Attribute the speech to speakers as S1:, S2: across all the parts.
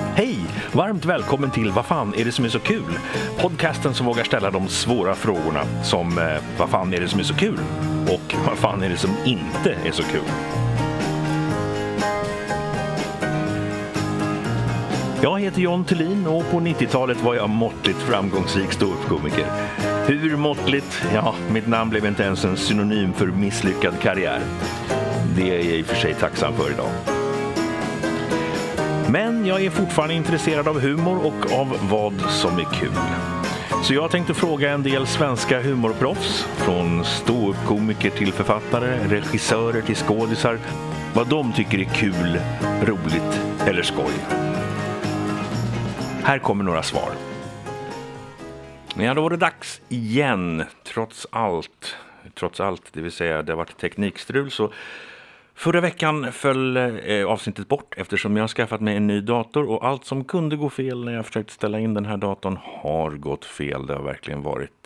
S1: Hej! Varmt välkommen till Vad fan är det som är så kul? Podcasten som vågar ställa de svåra frågorna som vad fan är det som är så kul? Och vad fan är det som inte är så kul? Jag heter John Thulin och på 90-talet var jag måttligt framgångsrik ståuppkomiker. Hur måttligt? Ja, mitt namn blev inte ens en synonym för misslyckad karriär. Det är jag i och för sig tacksam för idag. Men jag är fortfarande intresserad av humor och av vad som är kul. Så jag tänkte fråga en del svenska humorproffs, från ståuppkomiker till författare, regissörer till skådisar, vad de tycker är kul, roligt eller skoj. Här kommer några svar. Ja, då var det dags igen, trots allt, det vill säga det har varit teknikstrul, så förra veckan föll avsnittet bort eftersom jag har skaffat mig en ny dator och allt som kunde gå fel när jag försökt ställa in den här datorn har gått fel. Det har verkligen varit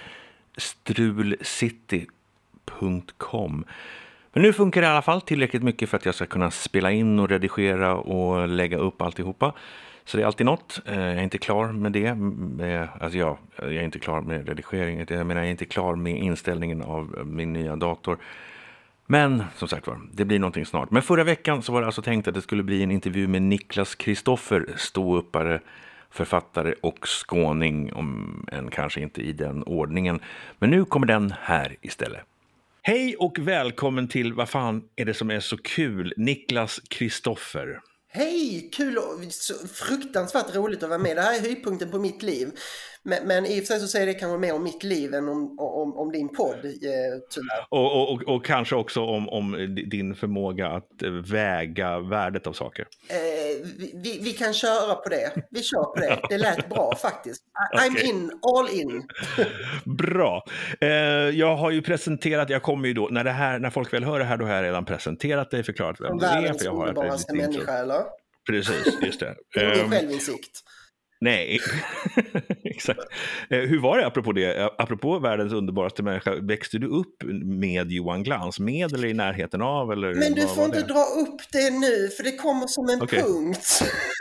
S1: strulcity.com. Men nu funkar det i alla fall tillräckligt mycket för att jag ska kunna spela in och redigera och lägga upp alltihopa. Så det är alltid något. Jag är inte klar med det. Alltså jag är inte klar med redigeringen. Jag menar, jag är inte klar med inställningen av min nya dator. Men som sagt var, det blir någonting snart. Men förra veckan så var det alltså tänkt att det skulle bli en intervju med Niklas Kristoffer, ståuppare, författare och skåning, om än kanske inte i den ordningen. Men nu kommer den här istället. Hej och välkommen till Vad fan är det som är så kul? Niklas Kristoffer.
S2: Hej, kul och fruktansvärt roligt att vara med. Det här är höjdpunkten på mitt liv. Men i och för sig så säger det kanske mer om mitt liv än om din podd, tyvärr.
S1: Och kanske också om din förmåga att väga värdet av saker.
S2: Vi kan köra på det. Vi kör på det. Det lät bra faktiskt. I'm
S1: Okay.
S2: all in.
S1: Bra. Jag har ju presenterat, jag kommer ju då, när folk väl hör det här, då har jag redan presenterat dig, förklarat vem du är. För jag har
S2: underbaraste människa, eller?
S1: Precis, just det.
S2: Ingen självinsikt.
S1: Nej, exakt. Hur var det apropå det? Apropå världens underbaraste människa, växte du upp med Johan Glans? Med eller i närheten av? Eller
S2: men du får inte dra upp det nu, för det kommer som en punkt.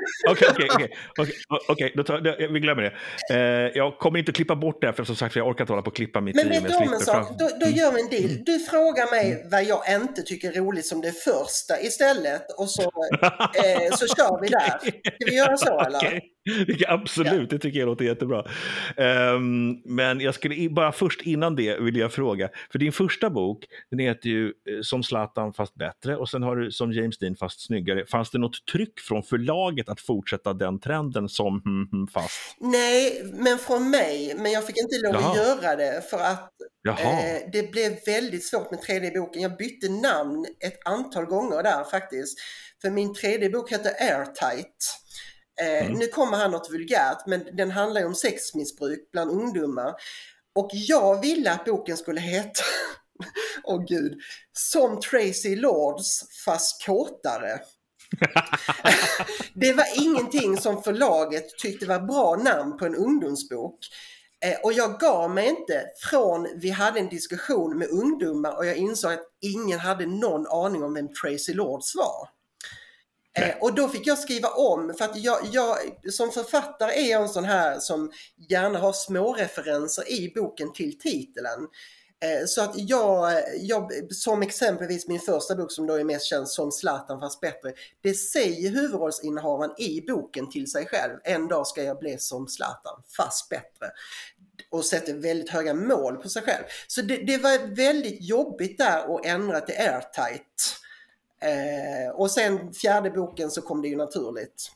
S1: Okej, vi glömmer det. Jag kommer inte att klippa bort det, för som sagt, jag orkar inte hålla på att klippa mitt
S2: liv.
S1: Men
S2: vet du om en sak? Då gör vi en deal. Du frågar mig vad jag inte tycker är roligt som det första istället, och så kör vi där. Ska vi göra så, eller?
S1: Absolut, det tycker jag låter jättebra. Men jag skulle bara först innan det vill jag fråga, för din första bok, den heter ju Som Zlatan fast bättre, och sen har du Som James Dean fast snyggare. Fanns det något tryck från förlaget att fortsätta den trenden som fast?
S2: Nej, men från mig, men jag fick inte lov att göra det för att det blev väldigt svårt med 3D-boken. Jag bytte namn ett antal gånger där faktiskt, för min 3D-bok heter Airtight. Nu kommer här något vulgärt, men den handlar ju om sexmissbruk bland ungdomar. Och jag ville att boken skulle heta Gud, Som Tracy Lords fast kåtare. Det var ingenting som förlaget tyckte var bra namn på en ungdomsbok. Och jag gav mig inte från vi hade en diskussion med ungdomar och jag insåg att ingen hade någon aning om vem Tracy Lords var. Och då fick jag skriva om, för att jag som författare är jag en sån här som gärna har små referenser i boken till titeln. Så att jag som exempelvis min första bok som då är mest känd, Som Zlatan fast bättre, det säger huvudrollsinnehavaren i boken till sig själv: en dag ska jag bli som Zlatan fast bättre, och sätter väldigt höga mål på sig själv. Så det var väldigt jobbigt där att ändra till Airtight. Och sen fjärde boken så kom det ju naturligt.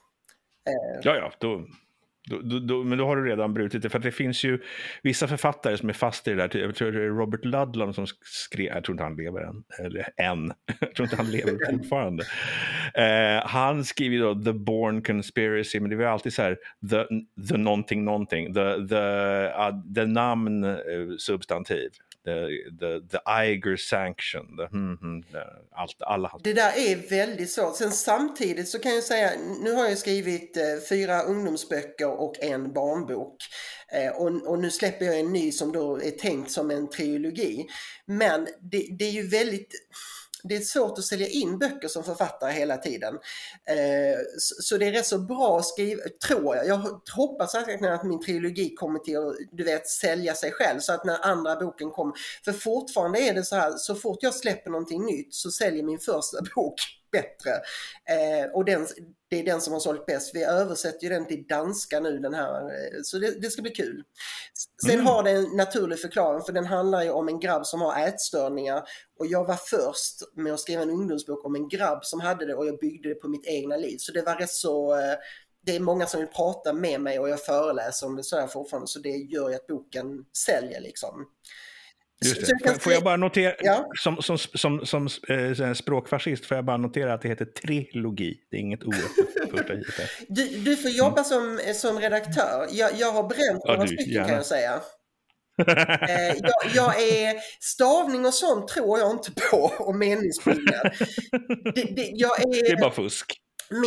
S1: Men då har du redan brutit det, för att det finns ju vissa författare som är fast i det där. Jag tror det är Robert Ludlum som skrev, jag tror inte han lever än. Jag tror inte han lever fortfarande. Han skriver ju då The Bourne Conspiracy, men det var alltid så här the någonting, the namn substantiv. The Iger sanction, alla.
S2: Det där är väldigt svårt. Sen samtidigt så kan jag säga, nu har jag skrivit 4 ungdomsböcker och en barnbok. Och nu släpper jag en ny som då är tänkt som en trilogi. Men det är ju väldigt... det är svårt att sälja in böcker som författare hela tiden. Så det är rätt så bra skrivet, tror jag. Jag hoppas att min trilogi kommer till att, du vet, sälja sig själv, så att när andra boken kommer, för fortfarande är det så här, så fort jag släpper någonting nytt så säljer min första bok bättre. Och det är den som har sålt bäst. Vi översätter ju den till danska nu, den här, så det ska bli kul. Sen har det en naturlig förklaring, för den handlar ju om en grabb som har ätstörningar, och jag var först med att skriva en ungdomsbok om en grabb som hade det, och jag byggde det på mitt egna liv. Så det var rätt så, det är många som vill prata med mig och jag föreläser om det så här fortfarande, så det gör ju att boken säljer liksom.
S1: Just det. Får jag bara notera,
S2: ja?
S1: som språkfascist får jag bara notera att det heter trilogi. Det är inget ord första givet.
S2: Du får jobba som redaktör. Jag har bränt några stycken, gärna. Kan jag säga. Jag är stavning och sånt tror jag inte på, och meningsskillnad. Det
S1: är bara fusk.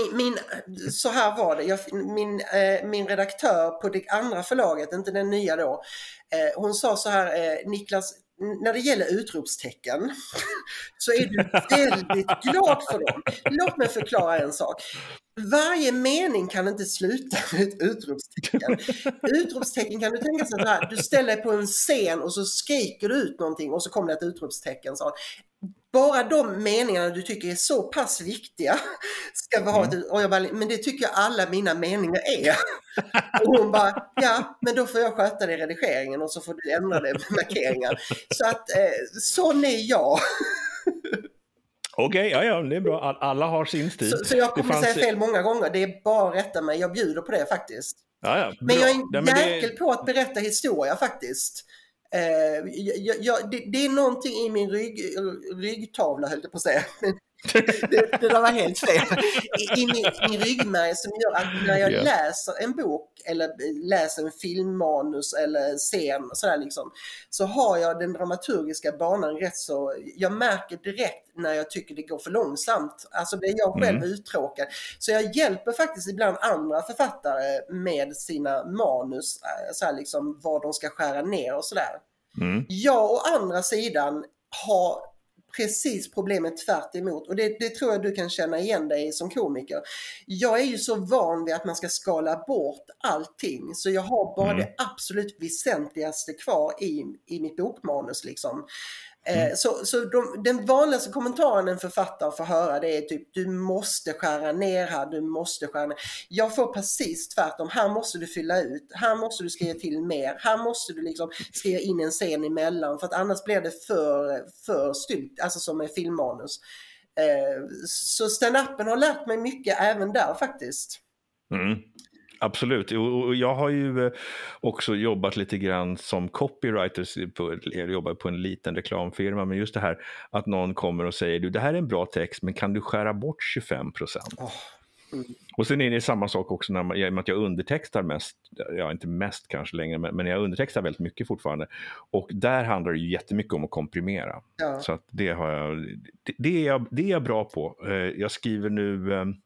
S2: Så här var det. Min redaktör på det andra förlaget, inte den nya då, hon sa så här, Niklas, när det gäller utropstecken så är du väldigt glad för dem. Låt mig förklara en sak. Varje mening kan inte sluta med ett utropstecken. Utropstecken kan du tänka sig så här, du ställer dig på en scen och så skriker du ut någonting och så kommer det ett utropstecken. Så bara de meningarna du tycker är så pass viktiga ska vi ha och jag bara, men det tycker jag alla mina meningar är. Och hon bara, ja, men då får jag sköta det i redigeringen och så får du ändra det med markeringar. Så att sån är jag.
S1: Okej, ja, det är bra. Alla har sin stil.
S2: Så jag kommer säga fel många gånger. Det är bara att rätta mig. Jag bjuder på det faktiskt.
S1: Ja,
S2: men jag är en jäkel på att berätta historia faktiskt. Det är någonting i min ryggtavla, höll jag på att säga. Det var helt fel. I min ryggmärg som gör att när jag läser en bok eller läser en filmmanus eller scen sådär liksom, så har jag den dramaturgiska banan rätt så, jag märker direkt när jag tycker det går för långsamt. Alltså blir jag själv uttråkad. Så jag hjälper faktiskt ibland andra författare med sina manus, såhär liksom vad de ska skära ner och sådär. Jag å andra sidan har precis problemet tvärt emot, och det tror jag du kan känna igen dig som komiker. Jag är ju så van vid att man ska skala bort allting, så jag har bara det absolut väsentligaste kvar i mitt bokmanus liksom. Så den vanligaste kommentaren en författare får höra, det är typ, du måste skära ner här, du måste skära ner. Jag får precis tvärtom, här måste du fylla ut, här måste du skriva till mer, här måste du liksom skriva in en scen emellan, för att annars blir det för styrt, alltså som med filmmanus. Så stand-upen har lärt mig mycket även där faktiskt.
S1: Absolut, och jag har ju också jobbat lite grann som copywriter, jag jobbar på en liten reklamfirma, men just det här att någon kommer och säger, du, det här är en bra text, men kan du skära bort 25%? Och sen är det samma sak också i och med att jag undertextar mest, ja inte mest kanske längre, men jag undertextar väldigt mycket fortfarande, och där handlar det ju jättemycket om att komprimera. Så att det är jag bra på. Jag skriver nu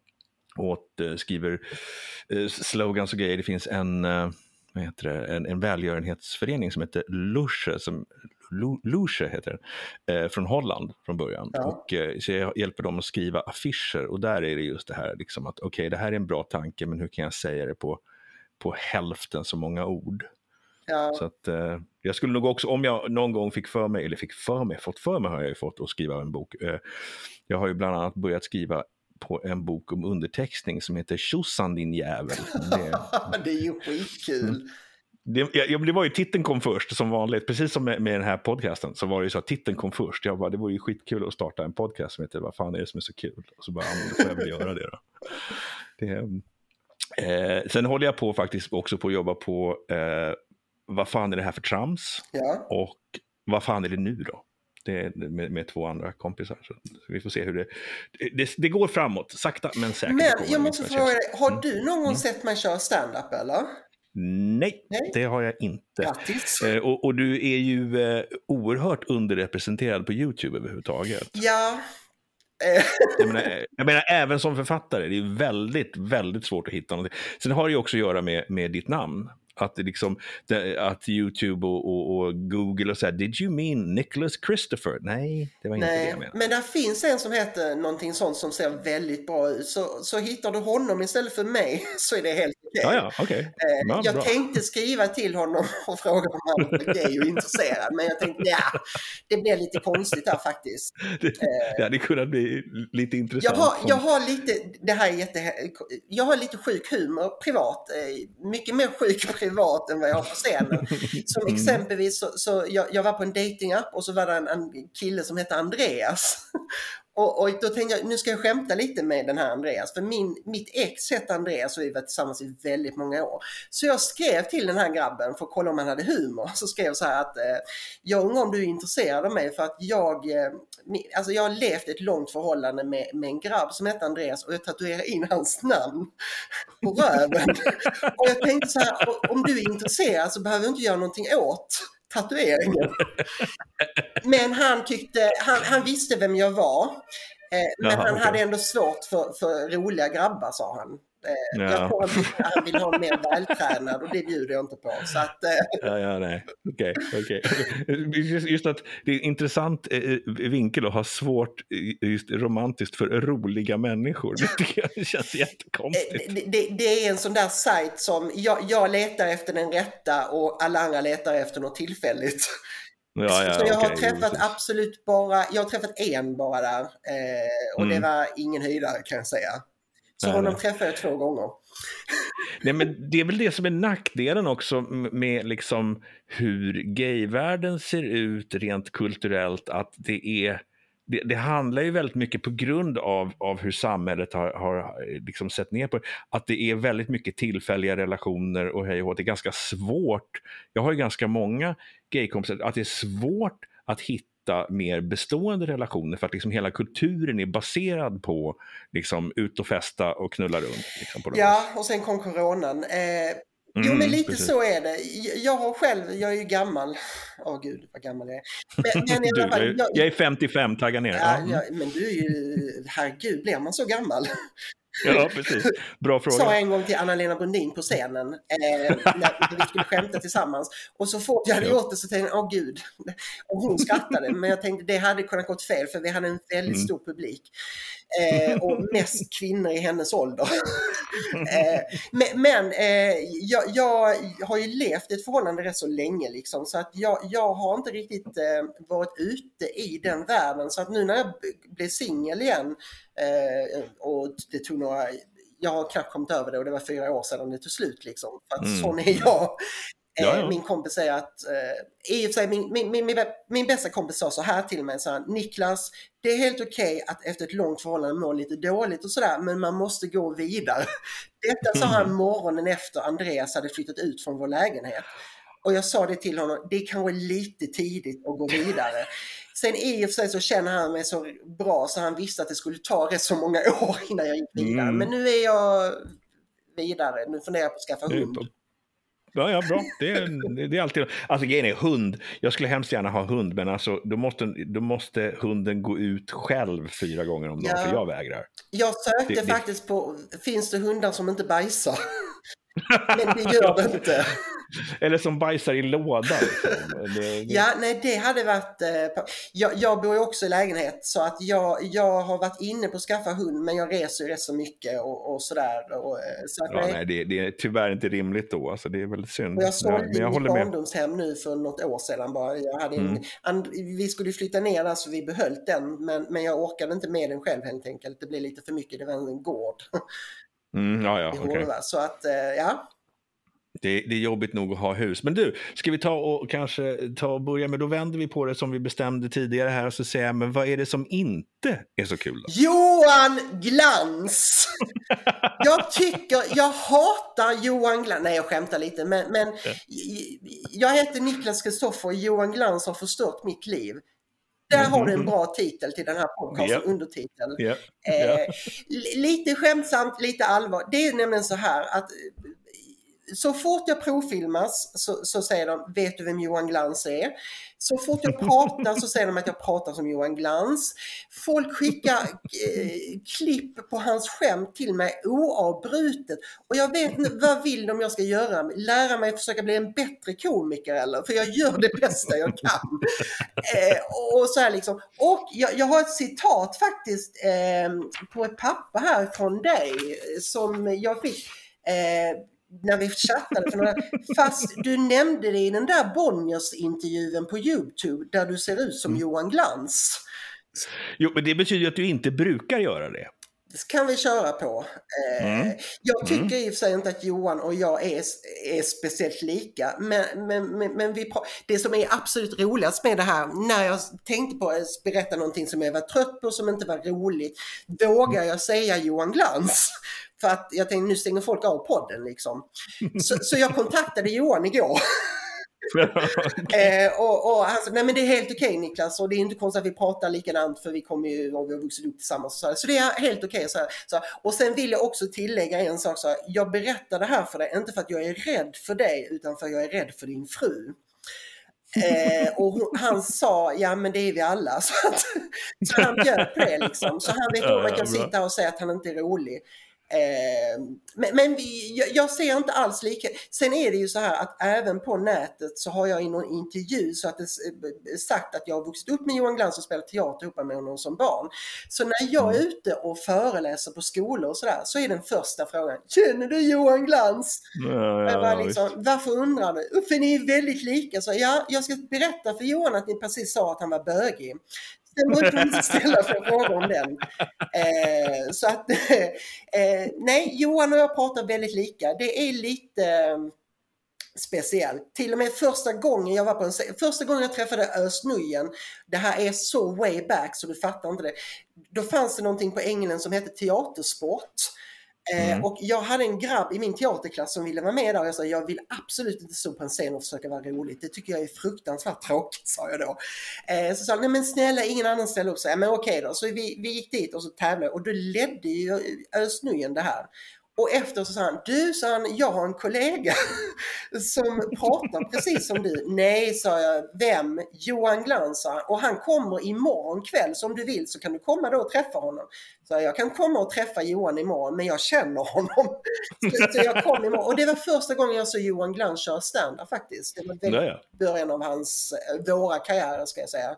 S1: skriver slogans och grejer. Det finns en välgörenhetsförening som heter Loesje heter den, från Holland från början. Och så jag hjälper dem att skriva affischer, och där är det just det här liksom att okej, det här är en bra tanke, men hur kan jag säga det på hälften så många ord? Så att jag skulle nog också, om jag någon gång fått för mig har jag ju fått att skriva en bok. Jag har ju bland annat börjat skriva på en bok om undertextning som heter Tjosan din jävel.
S2: Det är ju skitkul.
S1: Det var ju, titeln kom först som vanligt, precis som med den här podcasten, så var det ju så att titeln kom först. Jag bara, det var ju skitkul att starta en podcast som heter Vad fan är det som är så kul? Och så bara, då får jag väl göra det då. Sen håller jag på faktiskt också på att jobba på vad fan är det här för trams? Och vad fan är det nu då? Det är med 2 andra kompisar. Så vi får se hur det går framåt. Sakta men säkert.
S2: Men jag måste fråga dig, har du någon gång sett mig köra stand-up eller?
S1: Nej, det har jag inte.
S2: Grattis.
S1: Och du är ju oerhört underrepresenterad på YouTube överhuvudtaget.
S2: Ja.
S1: Jag menar, även som författare, det är väldigt, väldigt svårt att hitta någonting. Sen har det ju också att göra med ditt namn. Att det liksom, att YouTube och Google och så här, did you mean Nicholas Christopher? Nej, det var inte det jag menade.
S2: Men där finns en som heter någonting sånt som ser väldigt bra ut. Så hittar du honom istället för mig så är det helt okej.
S1: Ja, okej.
S2: Jag tänkte skriva till honom och fråga om han var gay och intresserad. Men jag tänkte, det blir lite konstigt här faktiskt.
S1: Det hade kunnat bli lite intressant.
S2: Jag har lite, det här är jag har lite sjuk humor privat. Mycket mer sjuk privat än vad jag har på scenen. Som exempelvis så jag var på en datingapp och så var det en kille som hette Andreas. Och då tänkte jag, nu ska jag skämta lite med den här Andreas. För mitt ex hette Andreas och vi var tillsammans i väldigt många år. Så jag skrev till den här grabben för att kolla om han hade humor. Så skrev jag så här att jag undrar om du är intresserad av mig för att jag har levt ett långt förhållande med en grabb som hette Andreas och jag tatuerade in hans namn på röven. Och jag tänkte så här, om du är intresserad så behöver du inte göra någonting åt tatueringen. Men han visste vem jag var. Men han hade ändå svårt för roliga grabbar, sa han. Jag tror att han vill ha mer vältränad och det bjuder jag inte på. Så att,
S1: nej. Okej. Just att det är en intressant vinkel att ha svårt just romantiskt för roliga människor. Det tycker jag känns jättekonstigt.
S2: Det är en sån där sajt som jag letar efter den rätta och alla andra letar efter något tillfälligt. Så jag har träffat jag har träffat en bara där och det var ingen höjdare kan jag säga. Så honom träffade jag 2 gånger.
S1: Nej, men det är väl det som är nackdelen också med liksom hur gayvärlden ser ut rent kulturellt, att det handlar ju väldigt mycket på grund av hur samhället har liksom sett ner på att det är väldigt mycket tillfälliga relationer och hej och hå. Det är ganska svårt, jag har ju ganska många gaykompisar, att det är svårt att hitta mer bestående relationer för att liksom hela kulturen är baserad på liksom ut och festa och knulla runt. Liksom på
S2: och sen kom coronan. Jo, men lite precis. Så är det. Jag är ju gammal. Gud, vad gammal jag är. Men i alla fall,
S1: jag är 55, tagga ner.
S2: Men du är ju, herregud, blir man så gammal?
S1: Ja, precis. Bra fråga.
S2: Sa jag en gång till Anna-Lena Brundin på scenen när vi skulle skämta tillsammans. Och så fort jag hade gjort det så tänkte jag, gud. Och hon skrattade. Men jag tänkte, det hade kunnat gått fel för vi hade en väldigt stor publik. Och mest kvinnor i hennes ålder. Men jag har ju levt ett förhållande rätt så länge liksom, så att jag har inte riktigt varit ute i den världen, så att nu när jag blev singel igen och det tog jag har knappt kommit över det och det var 4 år sedan det tog slut liksom, för att sån är jag. Min kompis säger att i och för sig min bästa kompis sa så här till mig, så här, Niklas, det är helt okej att efter ett långt förhållande må lite dåligt och sådär, men man måste gå vidare. Detta sa han morgonen efter Andreas hade flyttat ut från vår lägenhet. Och jag sa det till honom, det kan vara lite tidigt att gå vidare. Sen i och för sig så känner han mig så bra så han visste att det skulle ta rätt så många år innan jag gick vidare. Men nu är jag vidare, nu funderar jag på att skaffa hund.
S1: Ja, bra. Det är alltid... Alltså grejen är hund. Jag skulle hemskt gärna ha hund, men alltså då måste hunden gå ut själv 4 gånger om dagen, för jag vägrar. Jag
S2: sökte faktiskt på, finns det hundar som inte bajsar? Men det gör det inte.
S1: Eller som bajsar i lådan.
S2: Ja, nej, det hade varit... Jag bor ju också i lägenhet, så att jag har varit inne på att skaffa hund, men jag reser ju rätt så mycket och sådär. Så att,
S1: nej, det är tyvärr inte rimligt då. Alltså, det är väldigt synd.
S2: Och jag sålde mitt barndomshem nu för något år sedan bara. Jag hade vi skulle flytta ner där så vi behöll den, men jag orkade inte med den själv helt enkelt. Det blev lite för mycket, det var en gård.
S1: Okay.
S2: Så att,
S1: Det är jobbigt nog att ha hus. Men du, ska vi ta och börja med, då vänder vi på det som vi bestämde tidigare här och så säger jag, men vad är det som inte är så kul då?
S2: Johan Glans! Jag hatar Johan Glans. Nej, jag skämtar lite, men jag heter Niklas Christopher och Johan Glans har förstört mitt liv. Där har du en bra titel till den här podcasten, undertitel. Lite skämtsamt, lite allvar. Det är nämligen så här att så fort jag provfilmas så säger de, vet du vem Johan Glans är? Så fort jag pratar så säger de att jag pratar som Johan Glans. Folk skickar klipp på hans skämt till mig oavbrutet. Och jag vet inte, vad vill de jag ska göra? Lära mig att försöka bli en bättre komiker eller? För jag gör det bästa jag kan. Och så här liksom. Och jag har ett citat faktiskt på ett papper här från dig som jag fick när vi chattade för några, fast du nämnde det i den där Bonniers-intervjun på YouTube där du ser ut som Johan Glans.
S1: Jo, men det betyder att du inte brukar göra det.
S2: Det kan vi köra på. Jag tycker i och för sig inte att Johan och jag är speciellt lika. Men det som är absolut roligast med det här, när jag tänkte på att berätta någonting som jag var trött på, som inte var roligt, vågar jag säga Johan Glans. För att jag tänkte, nu stänger folk av podden liksom. Så jag kontaktade Johan igår. Och han sa, nej men det är helt okej Niklas, och det är inte konstigt att vi pratar likadant för vi kommer ju och vi har vuxit upp tillsammans så det är helt okej så. Och sen vill jag också tillägga en sak så här, jag berättar det här för dig inte för att jag är rädd för dig utan för att jag är rädd för din fru. Och han sa, ja men det är vi alla så han bjöd på det liksom, så han vet om att jag sitter och säger att han inte är rolig. Men jag ser inte alls lika. Sen är det ju så här att även på nätet så har jag i någon intervju så att det sagt att jag har vuxit upp med Johan Glans och spelat teater ihop med honom som barn. Så när jag är ute och föreläser på skolor och sådär, så är den första frågan, känner du Johan Glans? Jag var liksom, varför undrar du? För ni är väldigt lika. Så jag ska berätta för Johan att ni precis sa att han var bögig. Den borde man inte ställa för frågor om den. Så att nej, Johan och jag pratar väldigt lika. Det är lite speciellt. Till och med första gången jag träffade Özz Nujen, det här är så way back så du fattar inte det. Då fanns det någonting på Ängeln som hette teatersport. Och jag hade en grabb i min teaterklass som ville vara med där och jag sa, jag vill absolut inte stå på en scen och försöka vara roligt, det tycker jag är fruktansvärt tråkigt, sa jag då. Så sa han, nej men snälla, ingen annan ställer upp sig. Men okej då, så vi gick dit och så tävlade och då ledde ju Özz Nujen det här. Och efter så sa han, jag har en kollega som pratar precis som du. Nej, sa jag, vem? Johan Glans, sa han. Och han kommer imorgon kväll, så om du vill så kan du komma då och träffa honom. Så jag kan komma och träffa Johan imorgon, men jag känner honom. Så jag kom imorgon. Och det var första gången jag såg Johan Glans köra stand-up faktiskt. Det var början av våra karriärer ska jag säga.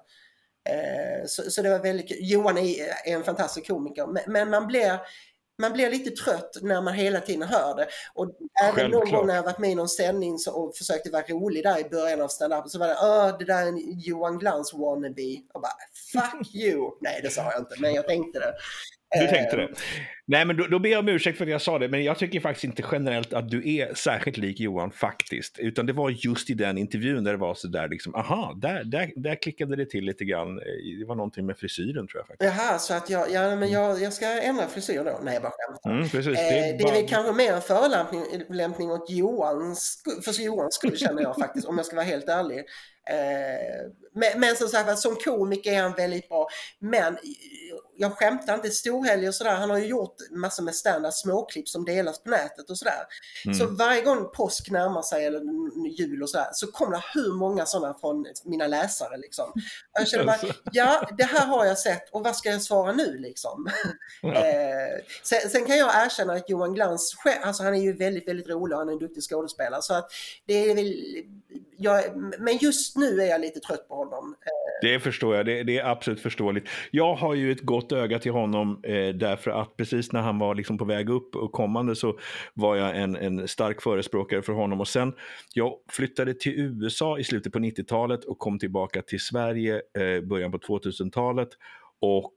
S2: Så det var väldigt kul. Johan är en fantastisk komiker, men man blir lite trött när man hela tiden hör det. Och även någon gång när jag varit med i någon sändning och försökte vara rolig där i början av stand-up så var det, det där är en Johan Glans wannabe. Och bara, fuck you. Nej, det sa jag inte, men jag tänkte det.
S1: Du tänkte det. Nej, men då ber jag om ursäkt för att jag sa det, men jag tycker faktiskt inte generellt att du är särskilt lik Johan faktiskt, utan det var just i den intervjun där det var så där liksom, där klickade det till lite grann. Det var någonting med frisyren tror jag faktiskt.
S2: Jaha, så att jag ska ändra frisyr då? Nej, bara skämtar.
S1: Precis,
S2: det är väl kanske mer en förolämpning åt för Johan skulle känna jag faktiskt, om jag ska vara helt ärlig. Men som sagt, som komiker är han väldigt bra, men jag skämtar inte, storhelg och sådär, han har ju gjort massor med stand-up småklipp som delas på nätet och sådär. Så varje gång påsk närmar sig eller jul och sådär, så kommer det hur många sådana från mina läsare liksom. Jag känner bara, ja, det här har jag sett och vad ska jag svara nu liksom? Sen kan jag erkänna att Johan Glans, alltså han är ju väldigt, väldigt rolig och han är en duktig skådespelare, så att det är väl men just nu är jag lite trött på honom.
S1: Det förstår jag, det är absolut förståeligt. Jag har ju ett gott öga till honom därför att precis när han var liksom på väg upp och kommande så var jag en stark förespråkare för honom. Och sen jag flyttade till USA i slutet på 90-talet och kom tillbaka till Sverige början på 2000-talet och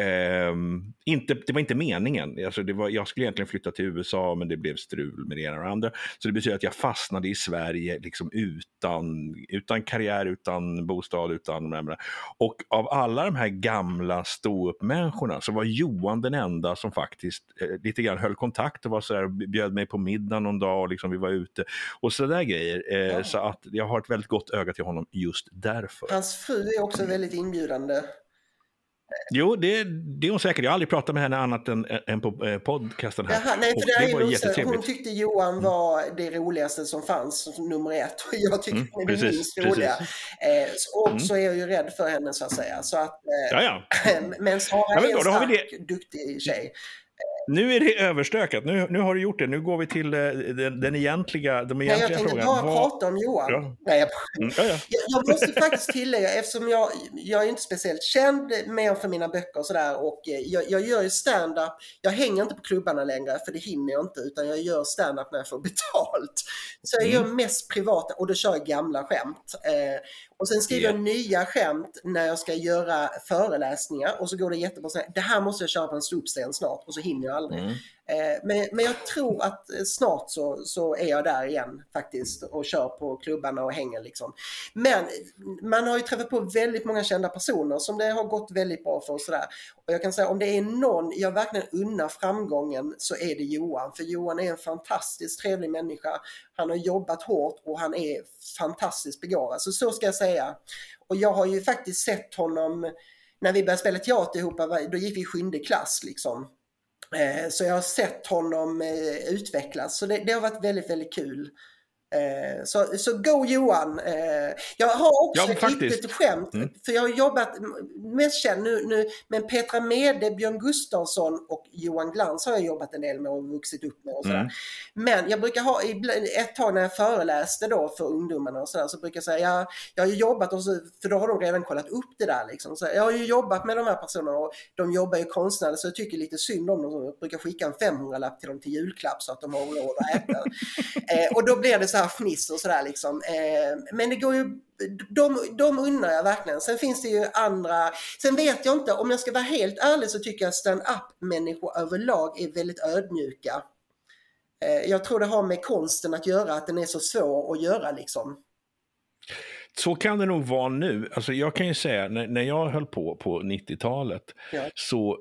S1: det var inte meningen. Alltså jag skulle egentligen flytta till USA, men det blev strul med det ena och det andra. Så det betyder att jag fastnade i Sverige liksom utan karriär, utan bostad, och av alla de här gamla ståuppmänniskorna så var Johan den enda som faktiskt lite grann höll kontakt och var så där, bjöd mig på middag någon dag och liksom vi var ute och så där grejer. Så att jag har ett väldigt gott öga till honom just därför.
S2: Hans fru är också väldigt inbjudande.
S1: Jo, det är hon säkert. Jag har aldrig pratat med henne annat än på podcasten här.
S2: Jaha, nej, för det
S1: var
S2: är
S1: jättetrevligt.
S2: hon tyckte Johan var det roligaste som fanns, nummer 1. Och jag tycker hon är det minst roliga. Och så är jag ju rädd för henne så att säga. Så att, men Sara är en stark, duktig tjej.
S1: Nu är det överstökat. Nu har du gjort det. Nu går vi till den egentliga frågan.
S2: Jag tänkte bara prata om Johan. Ja. Nej, jag måste faktiskt tillägga, eftersom jag är inte speciellt känd med för mina böcker och sådär. Och jag gör ju stand-up. Jag hänger inte på klubbarna längre, för det hinner jag inte. Utan jag gör stand-up när jag får betalt. Så jag gör mest privata, och då kör jag gamla skämt. Och sen skriver jag nya skämt när jag ska göra föreläsningar. Och så går det jättebra att säga, det här måste jag köra på en ståuppscen snart. Och så hinner jag aldrig. Men jag tror att snart så är jag där igen faktiskt. Och kör på klubbarna och hänger liksom. Men man har ju träffat på väldigt många kända personer som det har gått väldigt bra för och sådär. Och jag kan säga, om det är någon jag verkligen unnar framgången, så är det Johan. För Johan är en fantastiskt trevlig människa. Han har jobbat hårt och han är fantastiskt begåvad. Så ska jag säga. Och jag har ju faktiskt sett honom när vi började spela teater ihop. Då gick vi i 7:e klass liksom. Så jag har sett honom utvecklas. Så det har varit väldigt, väldigt kul. Så go Johan. Jag har också klippt ett skämt. För jag har jobbat mest känd nu med Petra Mede, Björn Gustafsson och Johan Glans har jag jobbat en del med och vuxit upp med och sådär. Men jag brukar ha ett tag när jag föreläste då för ungdomarna och sådär, så brukar jag säga jag har ju jobbat, och så, för då har de redan kollat upp det där liksom. Så jag har ju jobbat med de här personerna, och de jobbar ju konstnärligt, så jag tycker lite synd om dem. Jag brukar skicka en 500-lapp till dem till julklapp så att de har råd att äta. Och då blir det så här fniss och sådär liksom. Men det går ju, de undrar jag verkligen. Sen finns det ju andra, sen vet jag inte, om jag ska vara helt ärlig så tycker jag stand-up-människor överlag är väldigt ödmjuka. Jag tror det har med konsten att göra, att den är så svår att göra liksom.
S1: Så kan det nog vara nu. Alltså jag kan ju säga, när jag höll på 90-talet så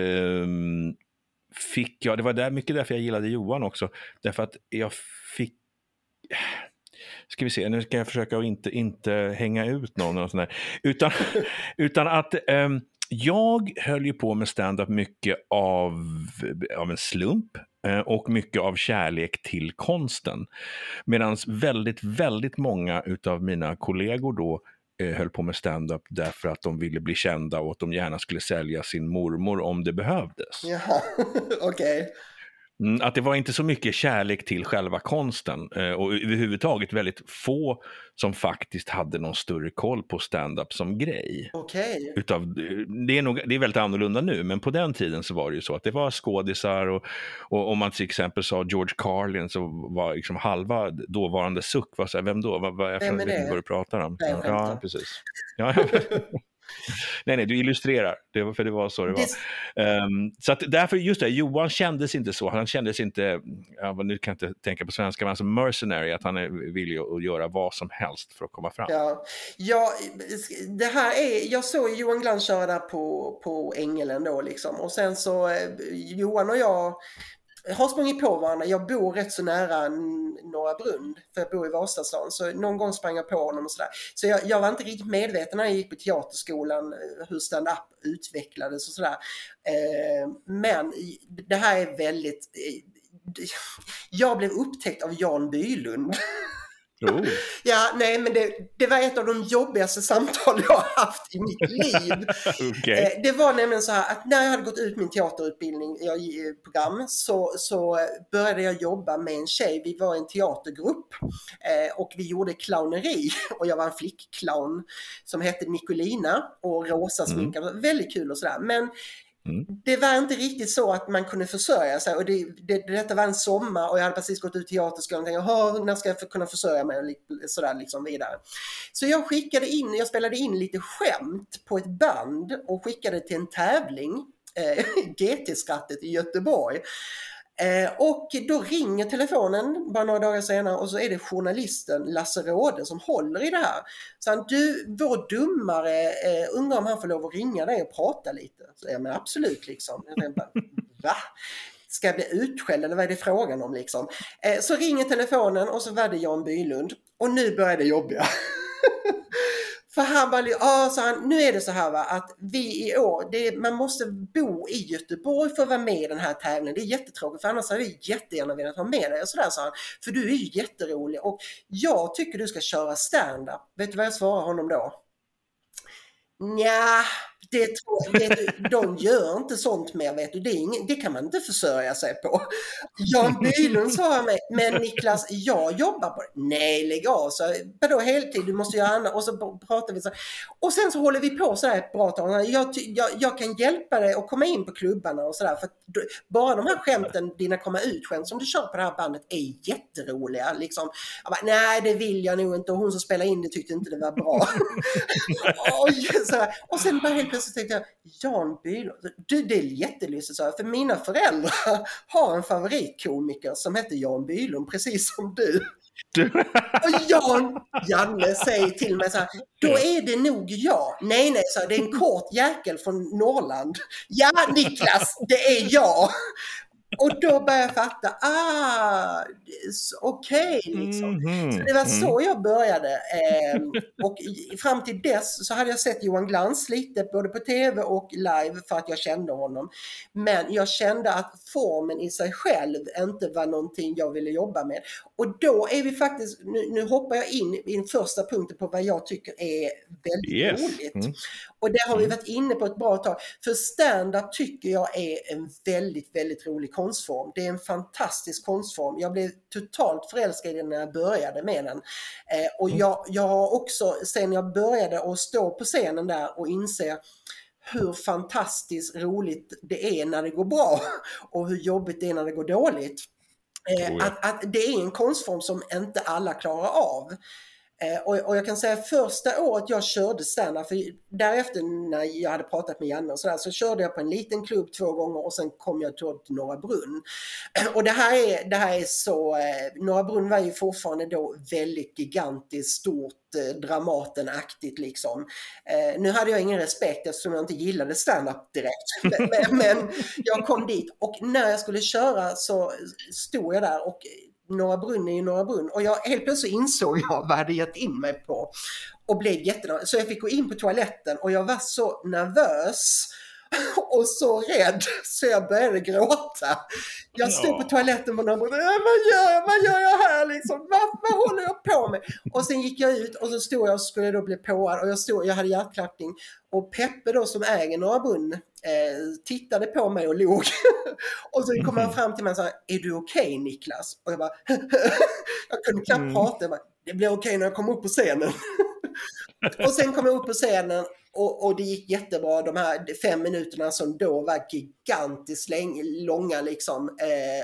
S1: fick jag, det var mycket därför jag gillade Johan också, därför att jag fick, ska vi se, nu ska jag försöka att inte hänga ut någon och sådär, utan att jag höll ju på med stand-up mycket av en slump och mycket av kärlek till konsten, medan väldigt, väldigt många utav mina kollegor då höll på med stand-up därför att de ville bli kända och att de gärna skulle sälja sin mormor om det behövdes.
S2: Ja, okej.
S1: Att det var inte så mycket kärlek till själva konsten och överhuvudtaget väldigt få som faktiskt hade någon större koll på stand-up som grej.
S2: Okej.
S1: Det är väldigt annorlunda nu, men på den tiden så var det ju så att det var skådisar och om man till exempel sa George Carlin, så var liksom halva dåvarande suck var så här, vem då? Jag vet inte vad du pratar om. Ja, precis. Ja. Nej, du illustrerar. För det var så det var. Så att därför, just det, Johan kändes inte så. Han kändes inte, nu kan jag inte tänka på svenska, men alltså mercenary, att han är villig att göra vad som helst för att komma fram.
S2: Ja, det här är, jag såg Johan Glans köra där på Ängelen då liksom. Och sen så, Johan och jag har sprungit på varandra. Jag bor rätt så nära Norra Brunn, för jag bor i Vasastan, så någon gång sprang jag på honom och sådär. Så jag var inte riktigt medveten när jag gick på teaterskolan hur stand-up utvecklades och sådär. Men det här är väldigt, jag blev upptäckt av Jan Bylund.
S1: Oh.
S2: Ja, nej, men det var ett av de jobbigaste samtal jag har haft i mitt liv.
S1: Okay.
S2: Det var nämligen så här att när jag hade gått ut min teaterutbildning, program, så började jag jobba med en tjej. Vi var en teatergrupp och vi gjorde clowneri, och jag var en flickclown som hette Nicolina och rosa sminkad. Väldigt kul och sådär, men det var inte riktigt så att man kunde försörja sig, och detta var en sommar och jag hade precis gått ut teaterskolan och tänkte, när ska jag kunna försörja mig sådär liksom vidare. Så jag spelade in lite skämt på ett band och skickade till en tävling, GT-skrattet i Göteborg. Och då ringer telefonen bara några dagar senare, och så är det journalisten Lasse Råde som håller i det här. Så han, vår dummare undrar om han får lov att ringa dig och prata lite. Så jag, men absolut liksom. Jag tänkte, va? Ska jag bli utskälld eller vad är det frågan om liksom? Så ringer telefonen och så var det Jan Bylund. Och nu börjar det jobbiga. För han bara, så han, nu är det så här va, att vi i år, man måste bo i Göteborg för att vara med i den här tävlingen. Det är jättetråkigt, för annars hade vi jättegärna velat ha med dig och sådär, sa han. För du är ju jätterolig och jag tycker du ska köra stand-up. Vet du vad jag svarar honom då? Nja, de gör inte sånt mer, vet du. Det kan man inte försörja sig på. Jan Bylund sa mig, men Niklas, jag jobbar på det. Nej, lägg av. Så, vadå heltid? Du måste göra annat. Och så pratar vi så. Och sen så håller vi på så här ett bra tag. Jag kan hjälpa dig att komma in på klubbarna och sådär. För bara de här skämten, dina komma ut-skämt som du kör på det här bandet är jätteroliga. Liksom. Jag bara, nej, det vill jag nog inte. Och hon som spelade in det tyckte inte det var bra. Och sen bara helt plötsligt tänkte jag, Jan Bylund, det är jättelustigt, så här, för mina föräldrar har en favoritkomiker som heter Jan Bylund, precis som du. Och Janne säger till mig så här, då är det nog jag. Nej, så här, det är en kort jäkel från Norrland. Ja, Niklas, det är jag. Och då började jag fatta, okej, liksom. Så det var så jag började. Och fram till dess så hade jag sett Johan Glans lite både på tv och live för att jag kände honom. Men jag kände att formen i sig själv inte var någonting jag ville jobba med. Och då är vi faktiskt, nu hoppar jag in i den första punkten på vad jag tycker är väldigt roligt. Och det har vi varit inne på ett bra tag. För stand-up tycker jag är en väldigt, väldigt rolig konstform. Det är en fantastisk konstform. Jag blev totalt förälskad i den när jag började med den. Och jag har också, sen jag började att stå på scenen där och inse hur fantastiskt roligt det är när det går bra och hur jobbigt det är när det går dåligt. Att det är en konstform som inte alla klarar av. Och jag kan säga första året jag körde stand-up, för därefter när jag hade pratat med Janne och så körde jag på en liten klubb 2 gånger och sen kom jag till Norra Brunn. Och det här är så, Norra Brunn var ju fortfarande då väldigt gigantiskt stort, Dramaten-aktigt liksom. Nu hade jag ingen respekt eftersom jag inte gillade stand-up direkt. Men jag kom dit och när jag skulle köra så stod jag där och Norra Brunn är ju Norra Brunn. Och helt plötsligt insåg jag vad jag hade gett in mig på. Och blev jättenöjd. Så jag fick gå in på toaletten och jag var så nervös och så rädd så jag började gråta. Jag stod på toaletten och vad gör jag här liksom? Vad håller jag på med? Och sen gick jag ut och så stod jag och skulle då bli påad och jag hade hjärtklappning. Och Peppe då som äger Norra Brunn tittade på mig och log. Och så kom han fram till mig och sa, är du okej, Niklas? Och jag bara, jag kunde knappt prata. Jag bara, det blir okej när jag kommer upp på scenen. Och sen kom jag upp på scenen och det gick jättebra. De här 5 minuterna som då var gigantiskt långa liksom.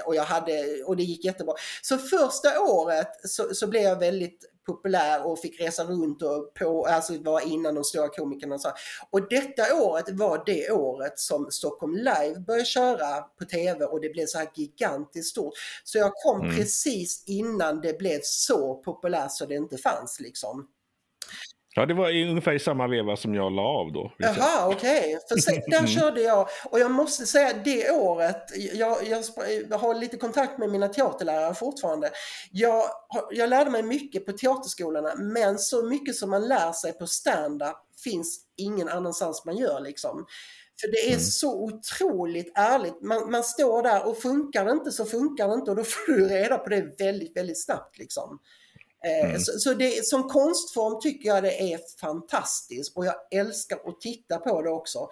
S2: Och det gick jättebra. Så första året så blev jag väldigt populär och fick resa runt och alltså var innan de stora komikerna och så. Och detta året var det året som Stockholm Live började köra på tv och det blev så här gigantiskt stort. Så jag kom precis innan det blev så populärt så det inte fanns liksom.
S1: Ja, det var ungefär i samma veva som jag la av då.
S2: Jaha, okej. För där körde jag, och jag måste säga det året, jag har lite kontakt med mina teaterlärare fortfarande. Jag lärde mig mycket på teaterskolorna, men så mycket som man lär sig på stand-up finns ingen annanstans man gör liksom. För det är så otroligt ärligt. Man står där och funkar det inte så funkar det inte och då får du reda på det väldigt, väldigt snabbt liksom. Så det, som konstform tycker jag det är fantastiskt och jag älskar att titta på det också.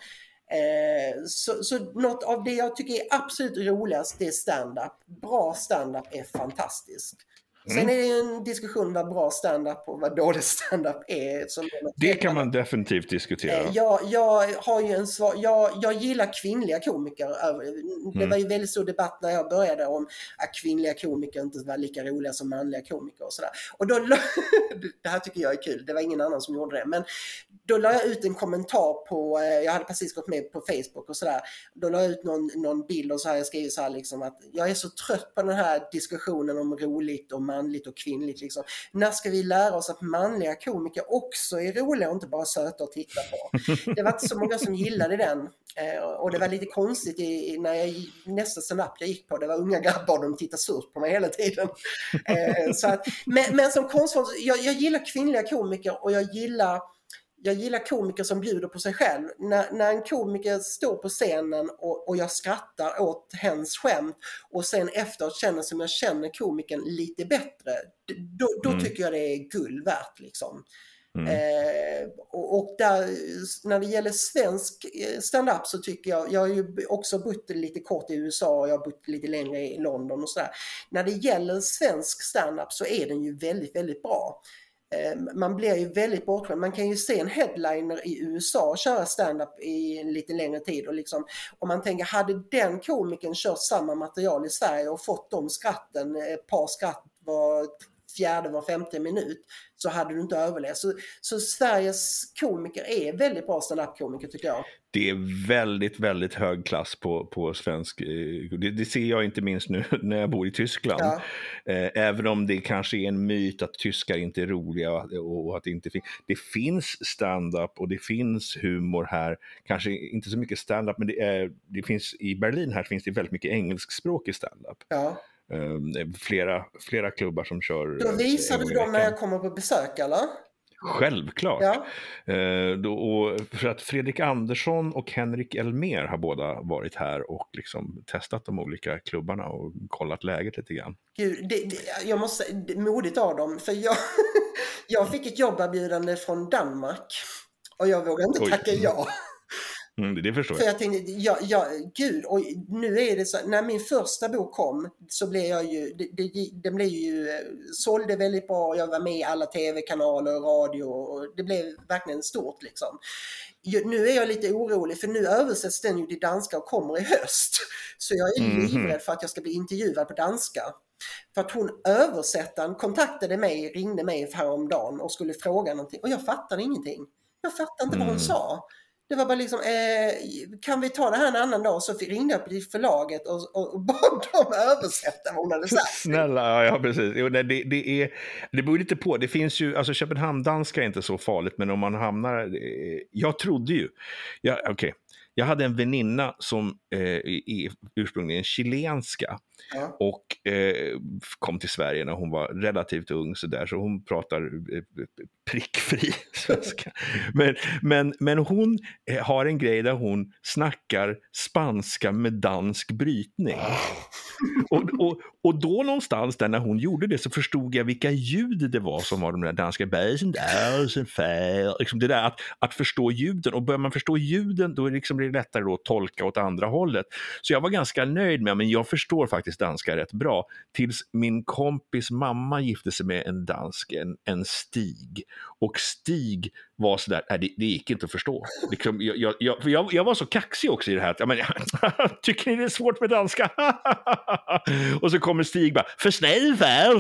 S2: Så något av det jag tycker är absolut roligast det är stand-up. Bra stand-up är fantastiskt. Sen är det en diskussion vad bra stand-up och vad dålig stand-up är.
S1: Det kan man definitivt diskutera.
S2: Jag har ju jag gillar kvinnliga komiker. Det var ju väldigt stor debatt när jag började om att kvinnliga komiker inte var lika roliga som manliga komiker och sådär. Och då, det här tycker jag är kul, det var ingen annan som gjorde det. Men då la jag ut en kommentar på, jag hade precis gått med på Facebook och sådär. Då la jag ut någon bild och så här jag skrev så här liksom att jag är så trött på den här diskussionen om roligt och manligt och kvinnligt liksom. När ska vi lära oss att manliga komiker också är roliga och inte bara söta att titta på? Det var inte så många som gillade den. Och det var lite konstigt när nästa stand-up jag gick på, det var unga grabbar och de tittade surt på mig hela tiden. Så att, men som konstform, jag gillar kvinnliga komiker och jag gillar Jag gillar komiker som bjuder på sig själv. När en komiker står på scenen och jag skrattar åt hens skämt och sen efteråt känner som jag känner komikern lite bättre, då tycker jag det är guld värt liksom. Och där, när det gäller svensk stand-up så tycker jag har ju också bott lite kort i USA och jag har bott lite längre i London och sådär. När det gäller svensk stand-up så är den ju väldigt, väldigt bra. Man blir ju väldigt bortskämd. Man kan ju se en headliner i USA köra stand-up i lite längre tid och liksom, om man tänker, hade den komikern kört samma material i Sverige och fått de skratten, ett par skratt var femte minut, så hade du inte överlevt. Så Sveriges komiker är väldigt bra stand-up-komiker tycker jag.
S1: Det är väldigt, väldigt hög klass på svensk. Det ser jag inte minst nu när jag bor i Tyskland.
S2: Ja.
S1: Även om det kanske är en myt att tyskar inte är roliga och att det inte finns. Det finns stand-up och det finns humor här. Kanske inte så mycket stand-up, men det finns i Berlin här finns det väldigt mycket engelskspråkig stand-up.
S2: Ja.
S1: Flera klubbar som kör.
S2: Då visar du dem när jag kommer på besök, eller?
S1: Självklart.
S2: Ja.
S1: För att Fredrik Andersson och Henrik Elmer har båda varit här och liksom testat de olika klubbarna och kollat läget lite grann.
S2: Gud, jag måste säga, modigt av dem, för jag fick ett jobberbjudande från Danmark och jag vågade inte tacka ja.
S1: Det förstår
S2: jag. För jag tänkte, gud, och nu är det så, när min första bok kom så blev jag ju, den blev ju, sålde väldigt bra, jag var med i alla tv-kanaler och radio och det blev verkligen stort liksom. Nu är jag lite orolig för nu översätts den ju till danska och kommer i höst. Så jag är livrädd för att jag ska bli intervjuad på danska. För att översättaren ringde mig häromdagen och skulle fråga någonting och jag fattade ingenting. Jag fattade inte vad hon sa. Det var bara liksom, kan vi ta det här en annan dag? Så ringde jag till förlaget och bad dem översätta vad hon hade sagt.
S1: Snälla, ja precis. Det beror lite på. Det finns ju, alltså Köpenhamn-danska är inte så farligt, men om man hamnar, jag trodde ju, jag hade en väninna som ursprungligen chilenska och kom till Sverige när hon var relativt ung så hon pratar prickfri svenska. Men hon har en grej där hon snackar spanska med dansk brytning. Och då någonstans där när hon gjorde det så förstod jag vilka ljud det var som var de där danska bäsen där, liksom det där att förstå ljuden, och börjar man förstå ljuden då är det lättare då att tolka åt andra hållet. Så jag var ganska nöjd med, men jag förstår faktiskt danska rätt bra tills min kompis mamma gifte sig med en dansk, en Stig, och Stig var sådär, det gick inte att förstå. Liksom, jag var så kaxig också i det här. Tycker ni det är svårt med danska? Och så kommer Stig bara, för snäll för.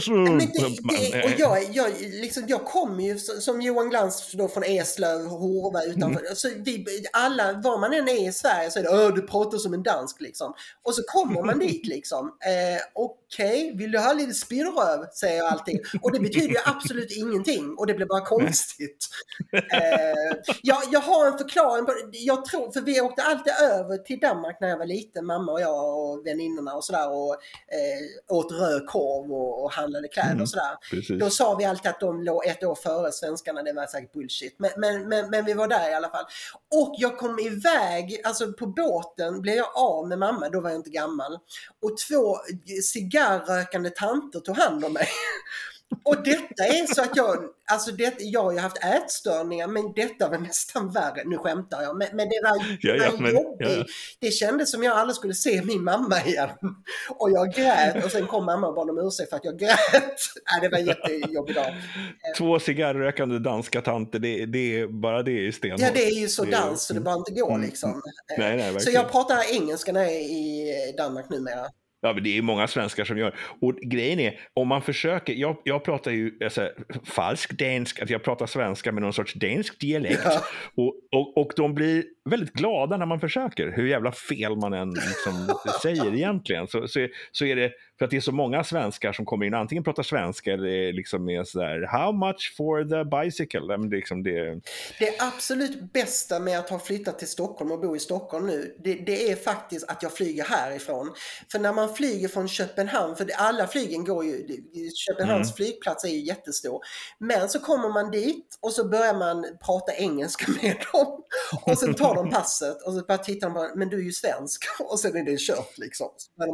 S2: Jag kommer ju som Johan Glans då från Eslöv, Horva utanför. Så alla, var man än är i Sverige så är det, du pratar som en dansk liksom. Och så kommer man dit liksom. Okej, vill du ha lite spirröv, säger jag alltid. Och det betyder ju absolut ingenting. Och det blir bara konstigt. Jag har en förklaring på det. Jag tror, för vi åkte alltid över till Danmark när jag var liten, mamma och jag och väninnorna och sådär, och åt rödkorv och handlade kläder och sådär.
S1: Precis.
S2: Då sa vi alltid att de låg ett år före svenskarna, det var säkert bullshit. Men vi var där i alla fall. Och jag kom iväg, alltså på båten blev jag av med mamma, då var jag inte gammal. Och 2 cigarrrökande tanter tog hand om mig. Och detta är så att jag har ju haft ätstörningar, men detta var nästan värre. Nu skämtar jag, men det var jobbigt. Ja. Det kändes som jag aldrig skulle se min mamma igen. Och jag grät, och sen kom mamma och bad om ursäkt för att jag grät. Det var en jättejobbig dag.
S1: 2 cigarrrökande danska tanter, det är bara det i stenhårt.
S2: Ja, det är ju så dans så det bara inte går liksom. Nej, så jag pratar engelska när jag är i Danmark numera.
S1: Ja, men det är många svenskar som gör. Och grejen är, om man försöker, jag pratar ju falsk dansk, att jag pratar svenska med någon sorts dansk dialekt. Ja. Och de blir väldigt glada när man försöker, hur jävla fel man än liksom säger egentligen. Så är det För att det är så många svenskar som kommer in, antingen pratar svenska eller liksom är sådär, how much for the bicycle? Men liksom det
S2: absolut bästa med att ha flyttat till Stockholm och bo i Stockholm nu, det är faktiskt att jag flyger härifrån. För när man flyger från Köpenhamn, för alla flygen går ju, Köpenhamns flygplats är ju jättestor, men så kommer man dit och så börjar man prata engelska med dem och sen tar de passet och så bara tittar de på, men du är ju svensk, och sen är det kört liksom.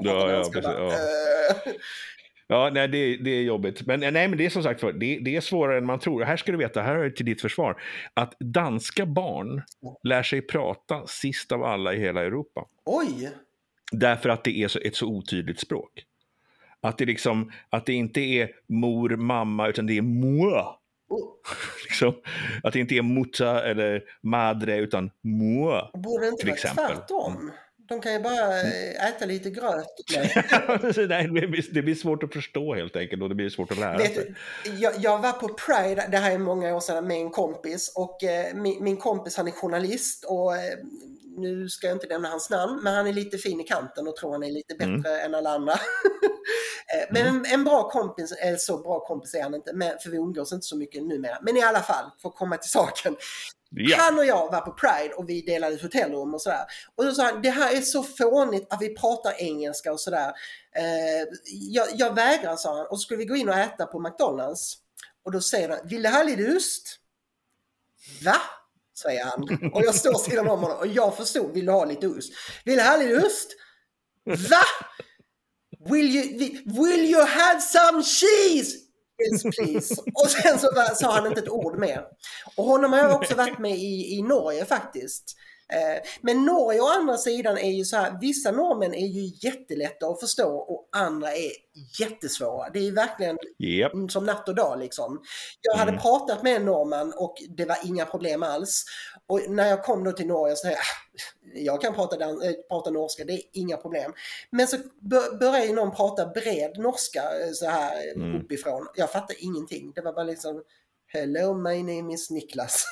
S1: Ja, nej, det är jobbigt. Men det är som sagt för, det är svårare än man tror. Här ska du veta, här är det till ditt försvar, att danska barn lär sig prata sist av alla i hela Europa.
S2: Oj!
S1: Därför att det är ett så otydligt språk. Att det liksom, att det inte är mor, mamma, utan det är moi. Liksom, att det inte är mutter eller madre, utan moi.
S2: Borde det inte vara tvärtom? De kan ju bara äta lite gröt.
S1: Nej, det blir svårt att förstå helt enkelt, och det blir svårt att lära sig.
S2: Jag var på Pride, det här är många år sedan, med en kompis, och min kompis, han är journalist, och nu ska jag inte nämna hans namn, men han är lite fin i kanten och tror han är lite bättre än alla andra. Men en bra kompis, eller så bra kompis är han inte, för vi umgås inte så mycket numera. Men i alla fall, för att komma till saken. Ja. Han och jag var på Pride och vi delade ett hotellrum och sådär. Och då sa han, det här är så fånigt att vi pratar engelska och sådär. Jag vägrar, sa han. Och så skulle vi gå in och äta på McDonalds. Och då säger han, vill du ha lite ost? Va? Säger han. Och jag står sidan om honom och jag förstod, vill du ha lite ost? Vill du ha lite ost? Va? Will you have some cheese? Yes, please. Och sen så sa han inte ett ord mer. Och honom har jag också varit med i Norge faktiskt. Men Norge å andra sidan är ju så här, vissa norrmän är ju jättelätta att förstå och andra är jättesvåra. Det är verkligen som natt och dag liksom. Jag hade pratat med en norrman och det var inga problem alls. Och när jag kom då till Norge så jag kan prata norska, det är inga problem. Men så började ju någon prata bred norska så här uppifrån. Jag fattade ingenting. Det var bara liksom, hello, my name is Niklas.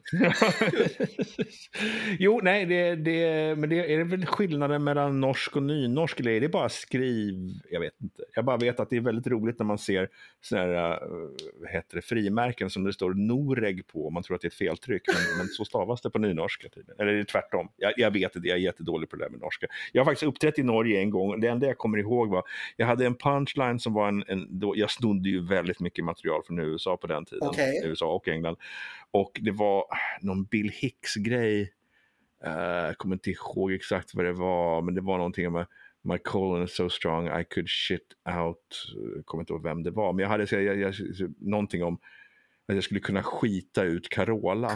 S1: Jo, nej, men det är väl skillnaden mellan norsk och nynorsk, eller är det bara skriv? Jag vet inte. Jag bara vet att det är väldigt roligt när man ser sådana här frimärken som det står Noreg på. Man tror att det är ett feltryck, men så stavas det på nynorska tydligen. Eller är det tvärtom? Jag vet inte, jag är jättedålig på det där med norska. Jag har faktiskt uppträtt i Norge en gång. Det enda jag kommer ihåg var, jag hade en punchline som var jag snodde ju väldigt mycket material från USA på den tiden.
S2: Okay.
S1: USA och England. Och det var någon Bill Hicks-grej. Jag kommer inte ihåg exakt vad det var, men det var någonting med my colon is so strong I could shit out. Jag kommer inte ihåg vem det var, men jag hade någonting om att jag skulle kunna skita ut Carola.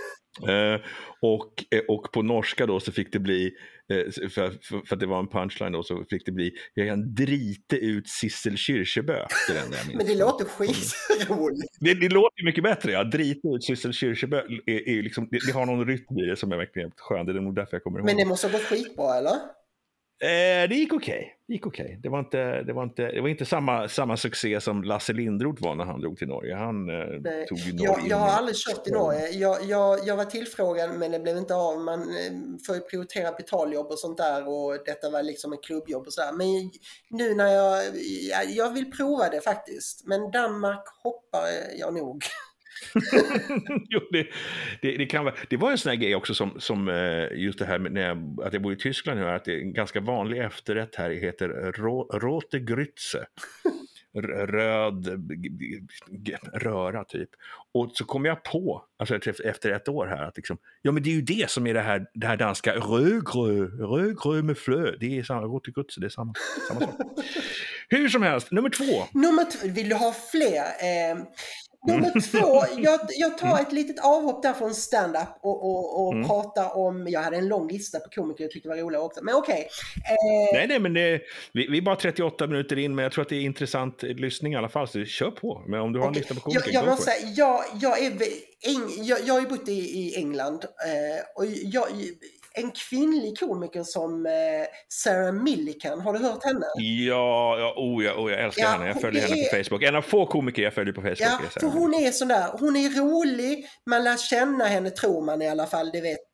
S1: Och på norska då så fick det bli, för att det var en punchline då, så fick det bli, jag kan drita ut Sissel Kyrkjebø.
S2: Men det låter skitroligt.
S1: Det låter mycket bättre, ja. Drita ut Sissel Kyrkjebø är liksom, det har någon rytm i det som är verkligen skön. Det är nog därför jag kommer ihåg.
S2: Men det måste ha gått skitbra, eller?
S1: Det gick okej. Det var inte samma succé som Lasse Lindroth var när han drog till Norge. Han tog ju Norge.
S2: Jag har aldrig kört i Norge. Jag var tillfrågad, men det blev inte av. Man får ju prioritera betaljobb och sånt där, och detta var liksom ett klubbjobb och sådär. Men nu när jag vill prova det faktiskt. Men Danmark hoppar jag nog.
S1: Jo, det kan vara. Det var en sån här grej också som just det här med att jag bor i Tyskland nu, att det är en ganska vanlig efterrätt här, heter rote Grütze. Röd röra typ. Och så kom jag på, alltså efter ett år här, att liksom, ja men det är ju det som är det här danska rödgrö med flö. Det är samma, rote Grütze, det är samma sak. Hur som helst, nummer 2.
S2: Vill du ha fler? Nummer 2, jag tar ett litet avhopp där från stand-up och pratar om, jag hade en lång lista på komiker jag tyckte var roliga också, men okej.
S1: Nej, men vi är bara 38 minuter in, men jag tror att det är intressant lyssning i alla fall, så kör på. Men om du har en lista på komiker,
S2: jag måste säga, jag har ju bott i England, och en kvinnlig komiker som Sarah Millican, har du hört henne?
S1: Ja, jag älskar henne. Jag följer henne på Facebook. En av få komiker jag följer på Facebook.
S2: Ja, för hon är sån där, hon är rolig, man lär känna henne, tror man i alla fall, det vet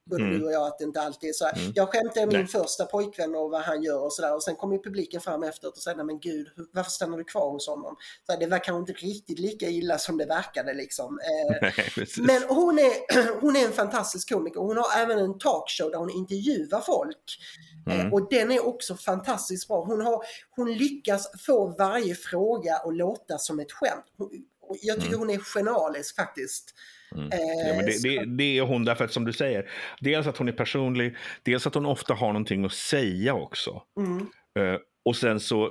S2: både du och jag, att det inte alltid är så här. Jag skämtar med min första pojkvän och vad han gör och sådär. Och sen kommer ju publiken fram efteråt och säger, nej men gud, varför stannar du kvar hos honom? Så här, det var kanske inte riktigt lika illa som det verkade liksom. Men hon är en fantastisk komiker. Hon har även en talkshow där hon intervjuar folk. Och den är också fantastiskt bra. Hon lyckas få varje fråga att låta som ett skämt. Jag tycker hon är genialisk faktiskt.
S1: Ja, men det är hon därför att, som du säger, dels att hon är personlig, dels att hon ofta har någonting att säga också. Och sen så,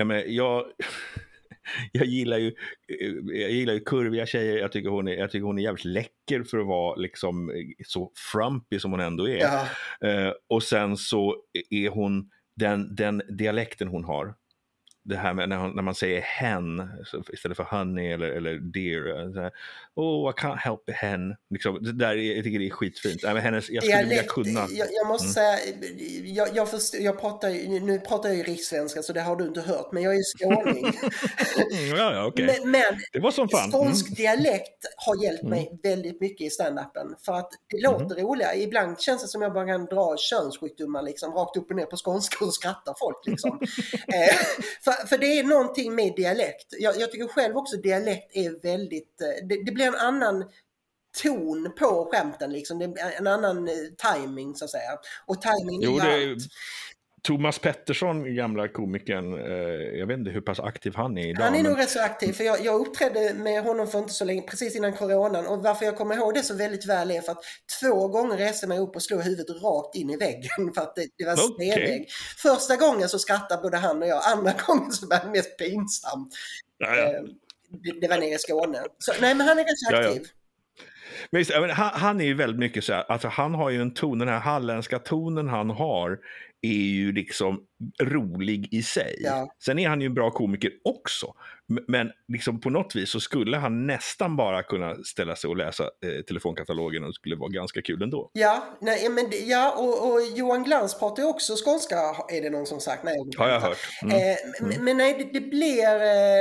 S1: jag gillar ju kurviga tjejer. Jag tycker hon är jävligt läcker för att vara liksom så frumpy som hon ändå är.
S2: Ja.
S1: Och sen så är hon den dialekten hon har. Det här med när man säger hen istället för honey eller dear. Oh, I can't help a hen. Liksom, det där jag tycker det är skitfint. Jag skulle vilja kunna.
S2: Jag måste säga, nu pratar jag ju rikssvenska så det har du inte hört, men jag är ju skåning.
S1: Ja, okej.
S2: Men
S1: det var som fan.
S2: Skånsk dialekt har hjälpt mig väldigt mycket i stand-upen. För att det låter roligare. Ibland känns det som jag bara kan dra könssjukdomar liksom, rakt upp och ner på skånska och skrattar folk. Liksom. För det är någonting med dialekt. Jag tycker själv också dialekt är väldigt... Det blir en annan ton på skämten. Liksom. Det är en annan timing så att säga. Och timing är allt.
S1: Thomas Pettersson, gamla komikern, jag vet inte hur pass aktiv han är idag.
S2: Han är nog rätt så aktiv, för jag uppträdde med honom för inte så länge, precis innan coronan. Och varför jag kommer ihåg det så väldigt väl är för att 2 gånger reste mig upp och slog huvudet rakt in i väggen för att det var snedvägg. Första gången så skrattade både han och jag, andra gången så var det mest pinsamt. Det var nere i Skåne. Så, nej, men han är rätt så aktiv.
S1: Men han är ju väldigt mycket så här, alltså han har ju en ton, den här halländska tonen han har är ju liksom rolig i sig. Ja. Sen är han ju en bra komiker också. Men liksom på något vis så skulle han nästan bara kunna ställa sig och läsa telefonkatalogen och det skulle vara ganska kul ändå.
S2: Ja, nej, men, och Johan Glans pratar ju också skånska, är det någon som sagt. Nej,
S1: har jag hört.
S2: Men nej, det blir...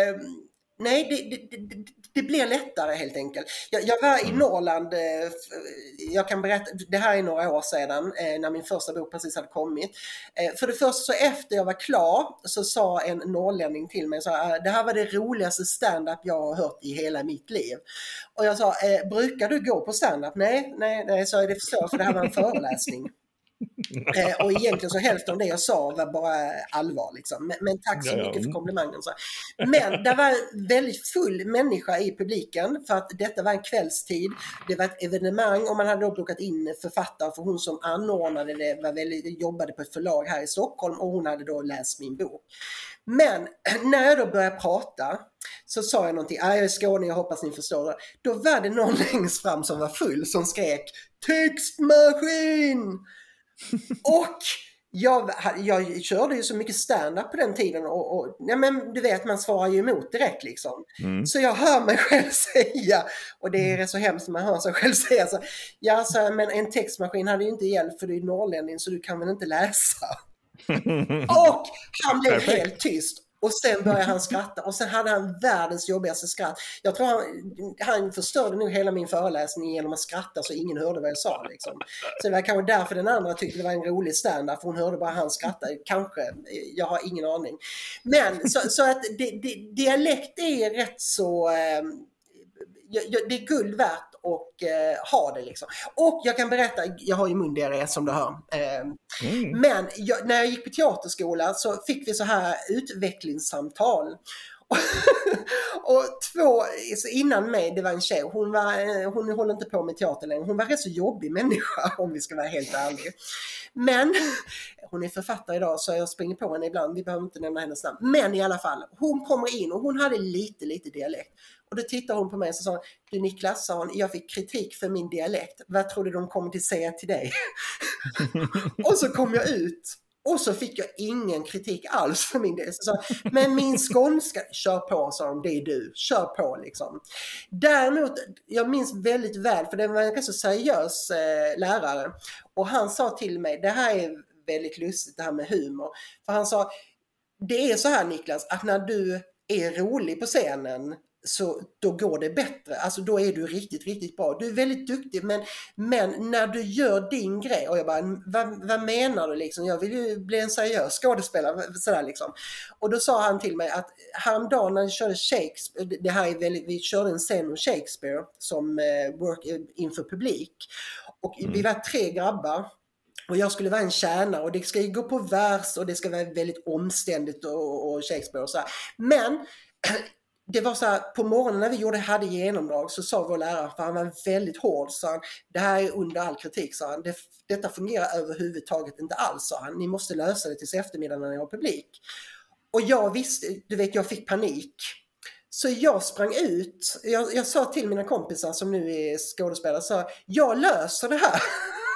S2: det blir lättare helt enkelt. Jag var i Norrland, jag kan berätta, det här är några år sedan när min första bok precis hade kommit. För det första så efter jag var klar så sa en norrlänning till mig så här, det här var det roligaste stand-up jag har hört i hela mitt liv. Och jag sa, brukar du gå på stand-up? Nej, så är det förstås för det här var en föreläsning. Och egentligen så hälften av det jag sa var bara allvar liksom. Men tack så mycket för komplimangen. Så. Men det var en väldigt full människa i publiken för att detta var en kvällstid. Det var ett evenemang och man hade då bokat in författare för hon som anordnade det jobbade på ett förlag här i Stockholm och hon hade då läst min bok. Men när jag då började prata så sa jag någonting, jag är skåning, jag hoppas ni förstår det. Då var det någon längst fram som var full som skrek textmaskin! Och jag körde ju så mycket stand-up på den tiden och ja, men du vet, man svarar ju emot direkt liksom. Så jag hör mig själv säga, och det är så hemskt när man hör sig själv säga så, men en textmaskin hade ju inte hjälpt för du är norrlänning så du kan väl inte läsa. Och han blev helt tyst. Och sen började han skratta och sen hade han världens jobbigaste skratt. Jag tror han förstörde nog hela min föreläsning genom att skratta så ingen hörde vad jag sa. Liksom. Så det var kanske därför den andra tyckte det var en rolig stand-up. För hon hörde bara han skratta. Kanske, jag har ingen aning. Men så att dialekt är rätt så... det är guld värt och ha det liksom. Och jag kan berätta, jag har ju mundiarré som du hör. Men när jag gick på teaterskola så fick vi så här utvecklingssamtal. Och 2 innan mig, det var en tjej, hon håller inte på med teater längre. Hon var rätt så jobbig människa om vi ska vara helt ärliga. Men hon är författare idag så jag springer på henne ibland, vi behöver inte nämna hennes namn. Men i alla fall, hon kommer in och hon hade lite dialekt. Och då tittar hon på mig och sa, du Niklas, sa hon, jag fick kritik för min dialekt. Vad tror du de kommer till säga till dig? Och så kom jag ut. Och så fick jag ingen kritik alls för min del. Så, men min skånska, kör på, sa de, det är du. Kör på liksom. Däremot, jag minns väldigt väl, för det var en ganska seriös lärare. Och han sa till mig, det här är väldigt lustigt det här med humor. För han sa, det är så här Niklas, att när du är rolig på scenen så då går det bättre. Alltså då är du riktigt, riktigt bra. Du är väldigt duktig, men när du gör din grej, och jag bara, vad menar du liksom? Jag vill ju bli en seriös skådespelare, sådär liksom. Och då sa han till mig att häromdagen när vi körde Shakespeare, det här är väldigt, vi körde en scen om Shakespeare som work inför publik. Och vi var 3 grabbar. Och jag skulle vara en tjänare och det ska ju gå på vers och det ska vara väldigt omständigt och Shakespeare och så här. Men det var så här, på morgonen när vi hade genomdrag så sa vår lärare, för han var väldigt hård, sa han, det här är under all kritik, sa han. Detta fungerar överhuvudtaget inte alls, sa han. Ni måste lösa det tills eftermiddagen när ni har publik. Och jag visste, du vet, jag fick panik. Så jag sprang ut, jag sa till mina kompisar som nu är skådespelare, så jag löser det här.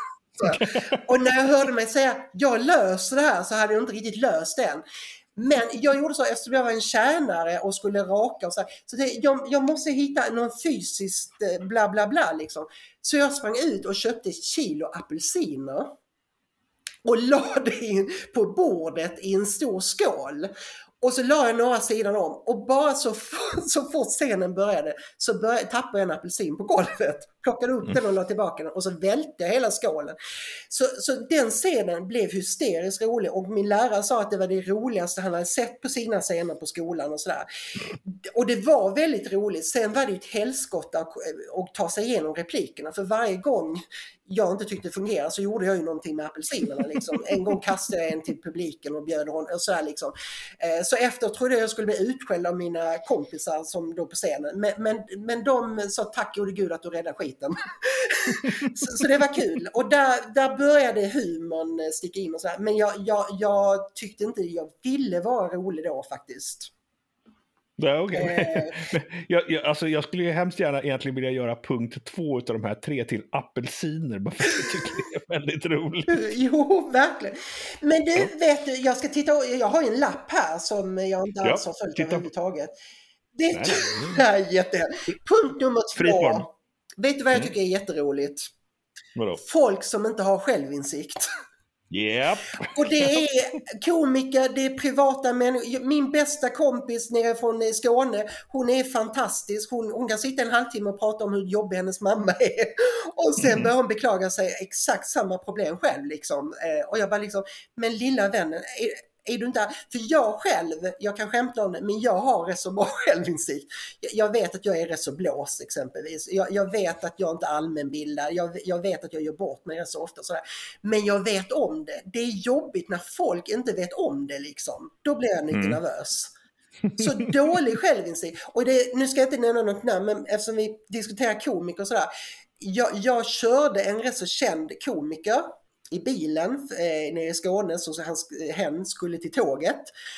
S2: Och när jag hörde mig säga jag löser det här så hade jag inte riktigt löst det än. Men jag gjorde så eftersom jag var en tjänare och skulle raka och så här. Så jag måste hitta någon fysiskt bla bla bla liksom. Så jag sprang ut och köpte ett kilo apelsiner och la det in på bordet i en stor skål. Och så la jag några sidan om och bara så fort scenen började så tappade jag en apelsin på golvet. Plockade upp den och la tillbaka den och så välte jag hela skålen. Så den scenen blev hysteriskt rolig och min lärare sa att det var det roligaste han hade sett på sina scener på skolan och sådär. Och det var väldigt roligt. Sen var det ett helskotta att ta sig igenom replikerna, för varje gång jag inte tyckte det fungerade så gjorde jag ju någonting med apelsinerna liksom. En gång kastade jag en till publiken och bjöd honom och sådär liksom. Så efter trodde jag skulle bli utskälld av mina kompisar som då på scenen. Men de sa tack gode gud att du räddade skiten. så det var kul. Och där började humorn sticka in och sådär. Men jag tyckte inte jag ville vara rolig då faktiskt.
S3: Ja, okay. Alltså, jag skulle ju hemskt gärna egentligen vilja göra punkt 2 av de här 3 till apelsiner. Bara för att jag tycker det är väldigt roligt.
S2: Jo, verkligen. Men du, vet du, jag ska titta, jag har ju en lapp här som jag inte alls har följt överhuvudtaget. Det är jättehärligt. Punkt nummer 2. Vet du vad jag tycker är jätteroligt?
S3: Vadå?
S2: Folk som inte har självinsikt.
S3: Yep.
S2: Och det är komiker, det är privata människor. Min bästa kompis nere från Skåne, hon är fantastisk. Hon kan sitta en halvtimme och prata om hur jobbig hennes mamma är. Och sen börjar hon beklaga sig exakt samma problem själv liksom. Och jag bara liksom, men lilla vännen, är du inte... För jag kan skämta om det, men jag har rätt så bra självinsikt. Jag vet att jag är rätt så blås exempelvis. Jag vet att jag inte är allmänbildad. Jag vet att jag gör bort mig rätt så ofta. Sådär. Men jag vet om det. Det är jobbigt när folk inte vet om det liksom. Då blir jag lite nervös. Så dålig självinsikt. Och nu ska jag inte nämna något namn, men eftersom vi diskuterar komiker och sådär. Jag körde en rätt så känd komiker i bilen nere i Skåne, så hen skulle till tåget.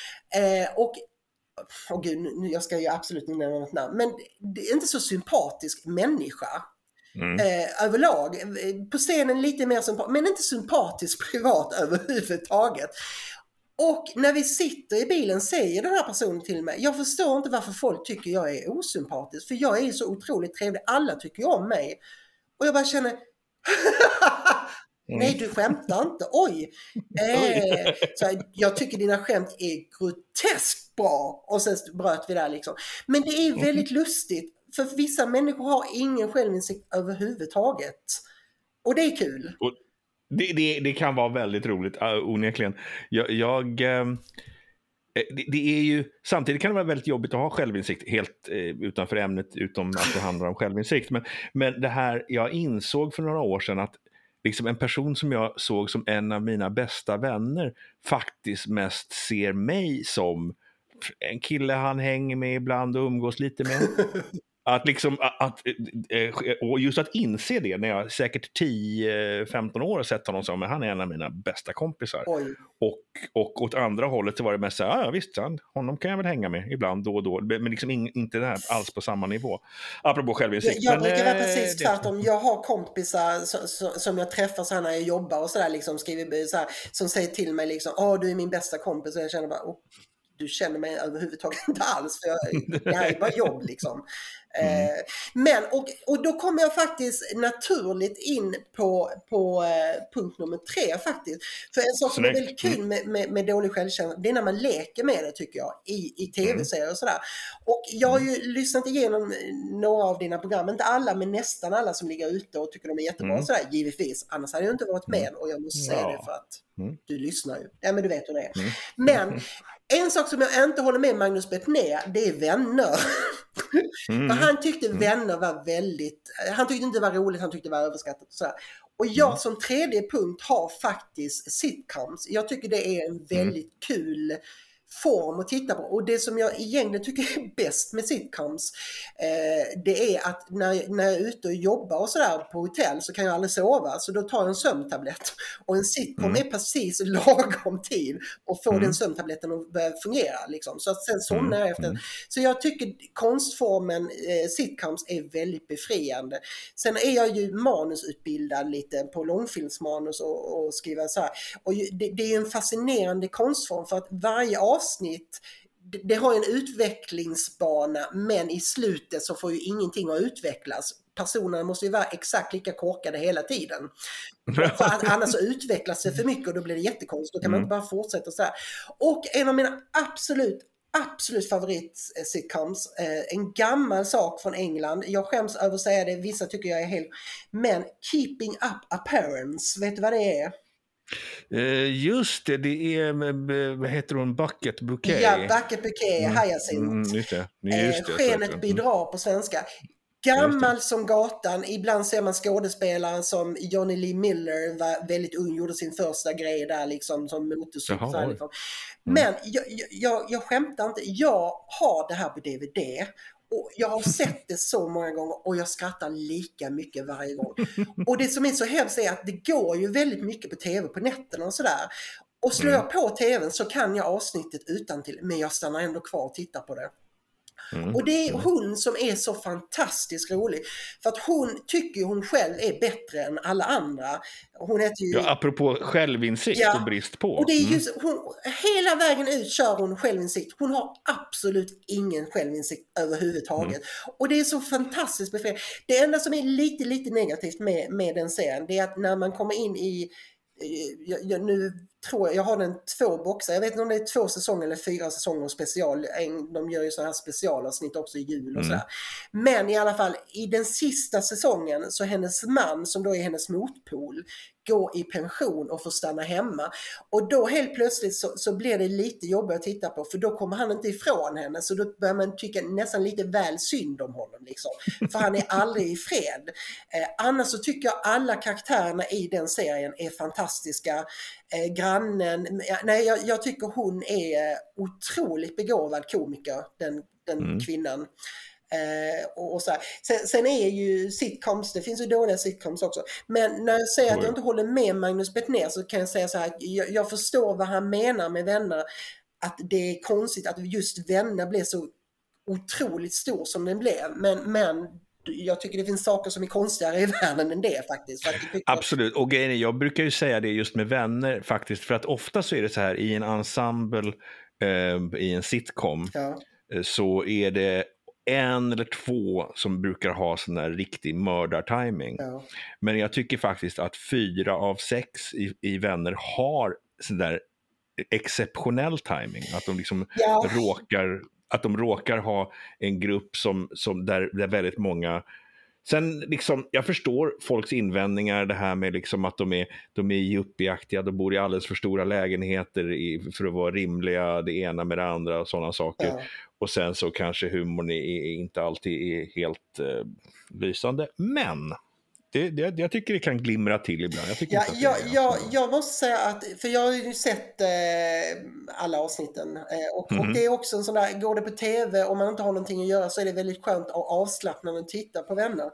S2: Och gud, jag ska ju absolut inte nämna något namn, men det är inte så sympatisk människa. Överlag. På scenen lite mer sympatisk, men inte sympatisk privat överhuvudtaget. Och när vi sitter i bilen säger den här personen till mig, jag förstår inte varför folk tycker jag är osympatisk, för jag är så otroligt trevlig, alla tycker om mig. Och jag bara känner nej, du skämtar inte. Oj. Så jag tycker dina skämt är groteskt bra. Och sen bröt vi där liksom. Men det är väldigt lustigt. För vissa människor har ingen självinsikt överhuvudtaget. Och det är kul.
S3: Och det kan vara väldigt roligt, onekligen. Det är ju, samtidigt kan det vara väldigt jobbigt att ha självinsikt helt utanför ämnet, utom att det handlar om självinsikt. Men det här, jag insåg för några år sedan att liksom en person som jag såg som en av mina bästa vänner faktiskt mest ser mig som en kille han hänger med ibland och umgås lite med. Att liksom, och just att inse det när jag säkert 10-15 år har sett honom som, men han är en av mina bästa kompisar. Och åt andra hållet så var det mest så här, ja visst, honom kan jag väl hänga med ibland då och då, men liksom inte det här alls på samma nivå. Apropå självinsikt.
S2: Jag brukar vara precis tvärtom. Jag har kompisar som jag träffar så här när jag jobbar och sådär, liksom skriver så här, som säger till mig liksom, du är min bästa kompis, och jag känner bara, du känner mig överhuvudtaget inte alls, för det här är bara jobb liksom. Men, och då kommer jag faktiskt naturligt in på punkt nummer 3 faktiskt. För en sak som är väldigt kul med dålig självkänsla, det är när man leker med det tycker jag, i tv-serier och sådär. Och jag har ju lyssnat igenom några av dina program, inte alla men nästan alla som ligger ute och tycker de är jättebra och sådär, givetvis. Annars hade jag inte varit med och jag måste säga det för att du lyssnar ju. Ja men du vet hur det är. Men en sak som jag inte håller med Magnus Bettner, det är Vänner. För han tyckte Vänner var han tyckte inte det var roligt, han tyckte det var överskattat och sådär. Och jag som tredje punkt har faktiskt sitcoms. Jag tycker det är en väldigt kul form att titta på. Och det som jag egentligen tycker är bäst med sitcoms, det är att när jag är ute och jobbar och sådär på hotell så kan jag aldrig sova. Så då tar jag en sömntablett. Och en sitcom är precis lagom tid att få den sömntabletten att börja fungera. Liksom. Så att sen somnar jag efter. Så jag tycker konstformen sitcoms är väldigt befriande. Sen är jag ju manusutbildad lite på långfilmsmanus och skriva så här. Och det är ju en fascinerande konstform för att varje avsnitt, det har en utvecklingsbana, men i slutet så får ju ingenting att utvecklas. Personerna måste ju vara exakt lika korkade hela tiden. För att annars så utvecklas det för mycket och då blir det jättekonstigt. Då kan man inte bara fortsätta så här. Och en av mina absolut favorit sitcoms, en gammal sak från England. Jag skäms över att säga det, vissa tycker jag är helt... Men Keeping Up Appearance, vet du vad det är?
S3: Just det är, vad heter hon, Bucket Bouquet?
S2: Ja, Bucket Bouquet, Hyacinth.
S3: Just det.
S2: Skenet bidrar på svenska. Gammal som gatan, ibland ser man skådespelare som Johnny Lee Miller, var väldigt ung, gjorde sin första grej där liksom som motorcykel. Liksom. Men jag skämtar inte, jag har det här på DVD. Och jag har sett det så många gånger och jag skrattar lika mycket varje gång. Och det som är så hemskt är att det går ju väldigt mycket på tv på nätterna och sådär. Och slår jag på tvn så kan jag avsnittet utantill, men jag stannar ändå kvar och tittar på det. Och det är hon som är så fantastiskt rolig. För att hon tycker hon själv är bättre än alla andra. Hon heter ju...
S3: apropå självinsikt och brist på.
S2: Och det är just, hela vägen ut kör hon självinsikt. Hon har absolut ingen självinsikt överhuvudtaget. Och det är så fantastiskt befriande. Det enda som är lite negativt med den serien, det är att när man kommer in i... nu tror jag har den 2 boxar. Jag vet inte om det är 2 säsonger eller 4 säsonger special. De gör ju så här specialavsnitt också i jul och sådär. Men i alla fall, i den sista säsongen så hennes man, som då är hennes motpol, går i pension och får stanna hemma. Och då helt plötsligt så blir det lite jobbigt att titta på, för då kommer han inte ifrån henne. Så då börjar man tycka nästan lite väl synd om honom. Liksom. För han är aldrig i fred. Annars så tycker jag alla karaktärerna i den serien är fantastiska. Grannen, jag tycker hon är otroligt begåvad komiker, den kvinnan. Och så här. Sen är ju sitcoms, det finns ju dåliga sitcoms också, men när jag säger att jag inte håller med Magnus Bettner så kan jag säga så här, jag förstår vad han menar med Vänner, att det är konstigt att just Vänner blev så otroligt stor som den blev, men jag tycker det finns saker som är konstigare i världen än det faktiskt.
S3: Absolut, och jag brukar ju säga det just med Vänner faktiskt, för att ofta så är det så här i en ensemble, i en sitcom, så är det 1 eller 2 som brukar ha sån där riktig mördartiming. Men jag tycker faktiskt att 4 av 6 i Vänner har sån där exceptionell timing, att de liksom råkar ha en grupp som där väldigt många. Sen liksom, jag förstår folks invändningar, det här med liksom att de är yuppieaktiga, de bor i alldeles för stora lägenheter för att vara rimliga, det ena med det andra och sådana saker. Och sen så kanske humorn inte alltid är helt lysande, men jag tycker det kan glimra till ibland.
S2: Jag måste säga att, för jag har ju sett alla avsnitten och det är också en sån där, går det på tv och man inte har någonting att göra så är det väldigt skönt att avslappna och titta på Vänner.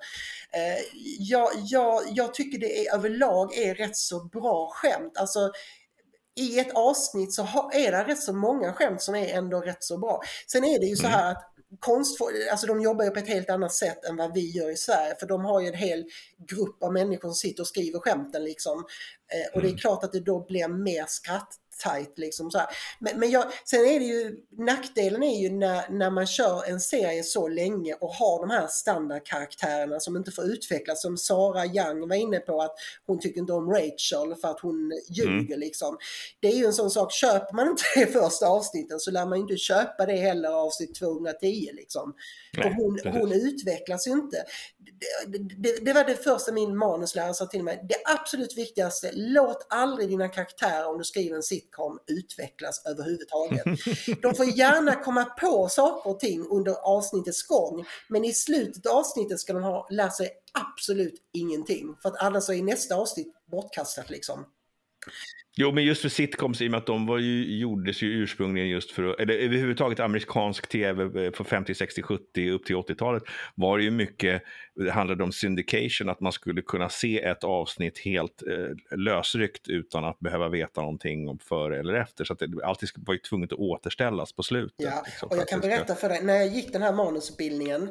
S2: Jag tycker det är överlag är rätt så bra skämt. Alltså i ett avsnitt så är det rätt så många skämt som är ändå rätt så bra. Sen är det ju så här att alltså de jobbar ju på ett helt annat sätt än vad vi gör i Sverige, för de har ju en hel grupp av människor som sitter och skriver skämten liksom. Och det är klart att det då blir mer tight liksom så här. Men sen är det ju, nackdelen är ju när man kör en serie så länge och har de här standardkaraktärerna som inte får utvecklas, som Sara Young var inne på, att hon tycker inte om Rachel för att hon ljuger liksom. Det är ju en sån sak, köper man inte det första avsnitten så lär man inte köpa det heller avsnitt 210 liksom.
S3: Nej,
S2: och hon utvecklas ju inte. Det var det första min manuslärare sa till mig. Det absolut viktigaste, låt aldrig dina karaktärer, om du skriver en sitcom, utvecklas överhuvudtaget. De får gärna komma på saker och ting under avsnittets gång, men i slutet av avsnittet ska de ha lärt sig absolut ingenting, för att annars är nästa avsnitt bortkastat liksom.
S3: Jo, men just för sitcoms, i och med att de gjordes ju ursprungligen just för, eller överhuvudtaget amerikansk tv på 50, 60, 70 upp till 80-talet var det ju mycket, det handlade om syndication, att man skulle kunna se ett avsnitt helt lösryckt utan att behöva veta någonting om före eller efter, så att det alltid var ju tvunget att återställas på slutet.
S2: Ja,
S3: liksom,
S2: och jag kan berätta för dig, när jag gick den här manusutbildningen,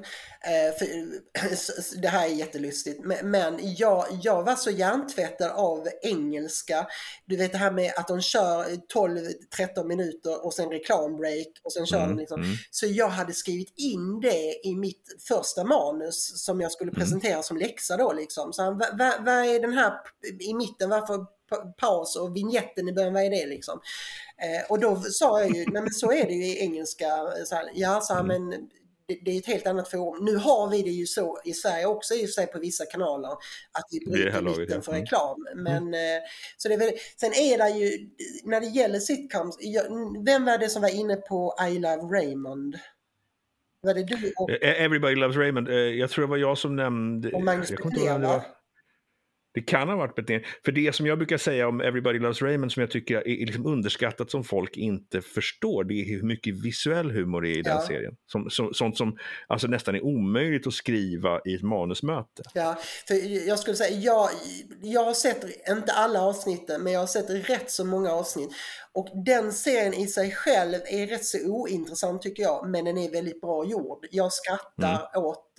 S2: det här är jättelustigt, men jag var så hjärntvättad av engelska. Du vet det här med att de kör 12-13 minuter och sen reklambreak och sen kör de liksom. Så jag hade skrivit in det i mitt första manus som jag skulle presentera som läxa då liksom. Så vad är den här i mitten, varför paus och vignetten i början, vad är det liksom? Och då sa jag ju, nej men så är det ju i engelska, så här, ja så här, men det är ett helt annat forum. Nu har vi det ju så i Sverige också, i och för sig på vissa kanaler, att vi bryter mitten för reklam. Men så det är väl, sen är det ju, när det gäller sitcoms, vem var det som var inne på I Love Raymond? Var det du och
S3: Everybody Loves Raymond. Jag tror det var jag som nämnde,
S2: och Magnus Betnér?
S3: Det kan ha varit Betnér. För det som jag brukar säga om Everybody Loves Raymond, som jag tycker är liksom underskattat, som folk inte förstår, det är hur mycket visuell humor det är i den serien. Sånt som alltså nästan är omöjligt att skriva i ett manusmöte.
S2: Ja, för jag skulle säga, jag har sett, inte alla avsnitten, men jag har sett rätt så många avsnitt. Och den serien i sig själv är rätt så ointressant tycker jag, men den är väldigt bra gjord. Jag skrattar åt,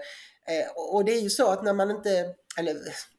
S2: och det är ju så att när man inte, eller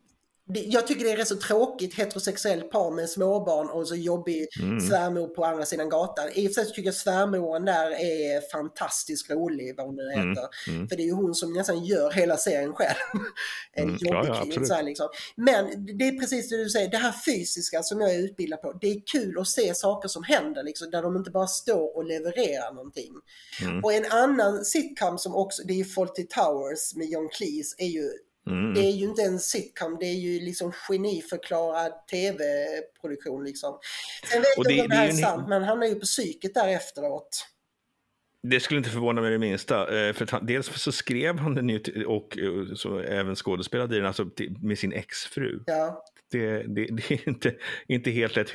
S2: jag tycker det är rätt så tråkigt, heterosexuellt par med småbarn och så jobbig svärmor på andra sidan gatan. I och för sig tycker jag svärmoren där är fantastiskt rolig, vad hon nu heter. För det är ju hon som nästan gör hela serien själv. En jobbig kvinna, så här liksom. Men det är precis det du säger, det här fysiska som jag är utbildad på. Det är kul att se saker som händer liksom, där de inte bara står och levererar någonting. Och en annan sitcom som också, det är ju Fawlty Towers med John Cleese, är ju det är ju inte en sitcom, det är ju liksom geniförklarad tv-produktion liksom. Sen vet jag inte om det här är sant, men han är ju på psyket där efteråt.
S3: Det skulle inte förvåna mig det minsta. För dels så skrev han den ju och så även skådespelade i den, alltså med sin exfru.
S2: Ja.
S3: Det är inte helt lätt.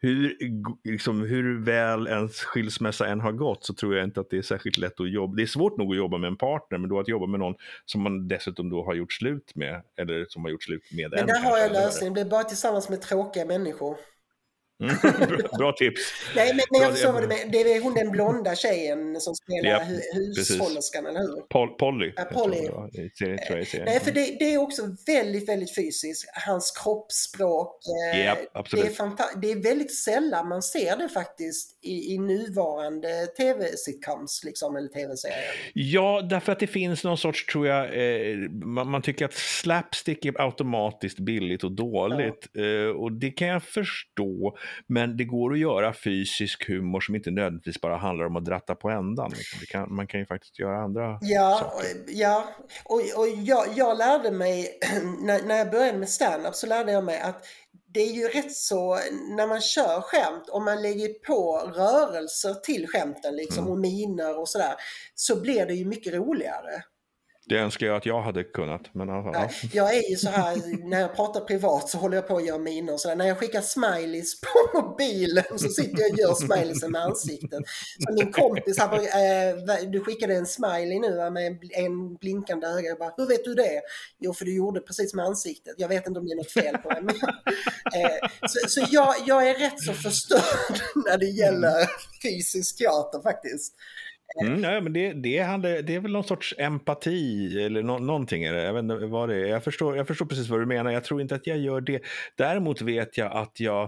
S3: Hur väl ens skilsmässa än har gått, så tror jag inte att det är särskilt lätt att jobba. Det är svårt nog att jobba med en partner, men då att jobba med någon som man dessutom då har gjort slut med, eller som har gjort slut med.
S2: Men där har jag lösningen, det blir bara tillsammans med tråkiga människor.
S3: Bra tips.
S2: Nej, men jag förstår vad du menar. Det är hon den blonda tjejen som spelar hushållerskan, eller hur?
S3: Polly.
S2: Ja, Polly. Nej, för det är också väldigt, väldigt fysiskt. Hans kroppsspråk.
S3: Absolut.
S2: Det är väldigt sällan man ser det faktiskt i nuvarande tv-sitcoms liksom, eller tv-serier.
S3: Ja, därför att det finns någon sorts, tror jag, man tycker att slapstick är automatiskt billigt och dåligt. Och det kan jag förstå. Men det går att göra fysisk humor som inte nödvändigtvis bara handlar om att dratta på ändan. Man kan ju faktiskt göra andra saker.
S2: Ja, och jag lärde mig, när jag började med stand-up så lärde jag mig att det är ju rätt så, när man kör skämt, om man lägger på rörelser till skämten liksom, och miner och sådär, så blir det ju mycket roligare.
S3: Det önskar jag att jag hade kunnat. Men
S2: ja. Jag är ju så här, när jag pratar privat så håller jag på att göra miner och sådär. När jag skickar smileys på mobilen så sitter jag och gör smileys med ansiktet. Så min kompis här, du skickade en smiley nu med en blinkande öga. Jag bara, hur vet du det? Jo, för du gjorde precis med ansiktet. Jag vet inte om det är något fel på det. Så jag är rätt så förstörd när det gäller fysisk teater faktiskt.
S3: Nej, men det är väl någon sorts empati eller någonting. Jag vet inte vad det är. Jag förstår precis vad du menar. Jag tror inte att jag gör det. Däremot vet jag att jag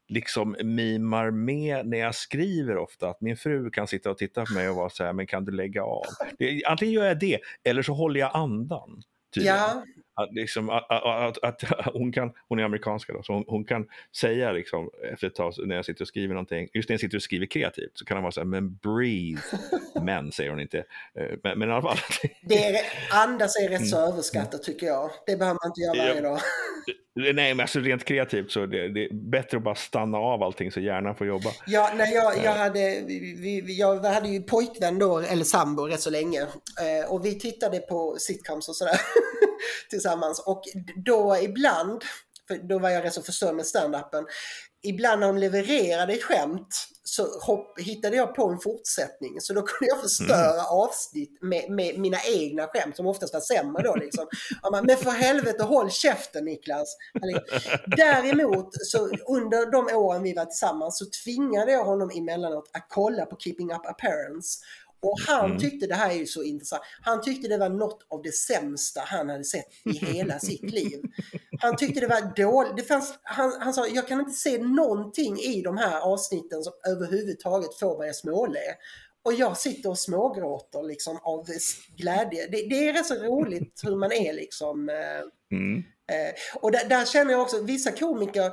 S3: liksom mimar med när jag skriver ofta. Att min fru kan sitta och titta på mig och vara så här, men kan du lägga av? Antingen gör jag det, eller så håller jag andan. Tydligen.
S2: Ja.
S3: Att, liksom, att hon är amerikanska då, så hon kan säga liksom, efter ett tag när jag sitter och skriver någonting, just när jag sitter och skriver kreativt, så kan hon vara så här, men breathe, men säger hon inte, men i alla fall.
S2: Andas är rätt så överskattat tycker jag, det behöver man inte göra varje dag.
S3: Nej, men alltså rent kreativt så det är bättre att bara stanna av allting så hjärnan får jobba.
S2: Ja, när jag hade ju pojkvän då, eller sambo rätt så länge, och vi tittade på sitcoms och sådär tillsammans, och då ibland, för då var jag rätt så förstörd med stand-upen, ibland när hon levererade ett skämt så hittade jag på en fortsättning, så då kunde jag förstöra avsnitt med mina egna skämt som oftast var sämre då liksom. Men för helvete, håll käften Niklas. Däremot så under de åren vi var tillsammans så tvingade jag honom emellanåt att kolla på Keeping Up Appearance. Och han tyckte det här är ju så intressant. Han tyckte det var något av det sämsta han hade sett i hela sitt liv. Han tyckte det var dåligt. Han sa, jag kan inte se någonting i de här avsnitten som överhuvudtaget får mig att småle. Och jag sitter och smågråter liksom av glädje. Det är rätt så roligt hur man är liksom. Och där känner jag också, vissa komiker,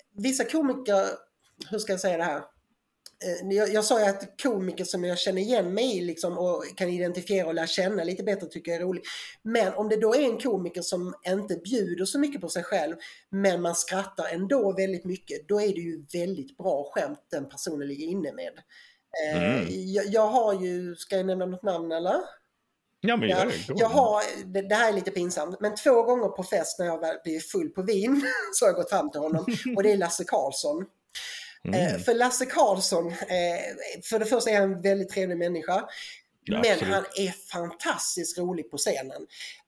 S2: hur ska jag säga det här? Jag sa ju att komiker som jag känner igen mig liksom, och kan identifiera och lära känna lite bättre tycker jag är roligt. Men om det då är en komiker som inte bjuder så mycket på sig själv, men man skrattar ändå väldigt mycket, då är det ju väldigt bra skämt den personen ligger inne med. Jag har ju, ska jag nämna något namn eller?
S3: Ja, men
S2: jag har, det här är lite pinsamt, men 2 gånger på fest när jag blir full på vin så har jag gått fram till honom, och det är Lasse Karlsson. För Lasse Karlsson, för det första är han en väldigt trevlig människa, men absolut. Han är fantastiskt rolig på scenen.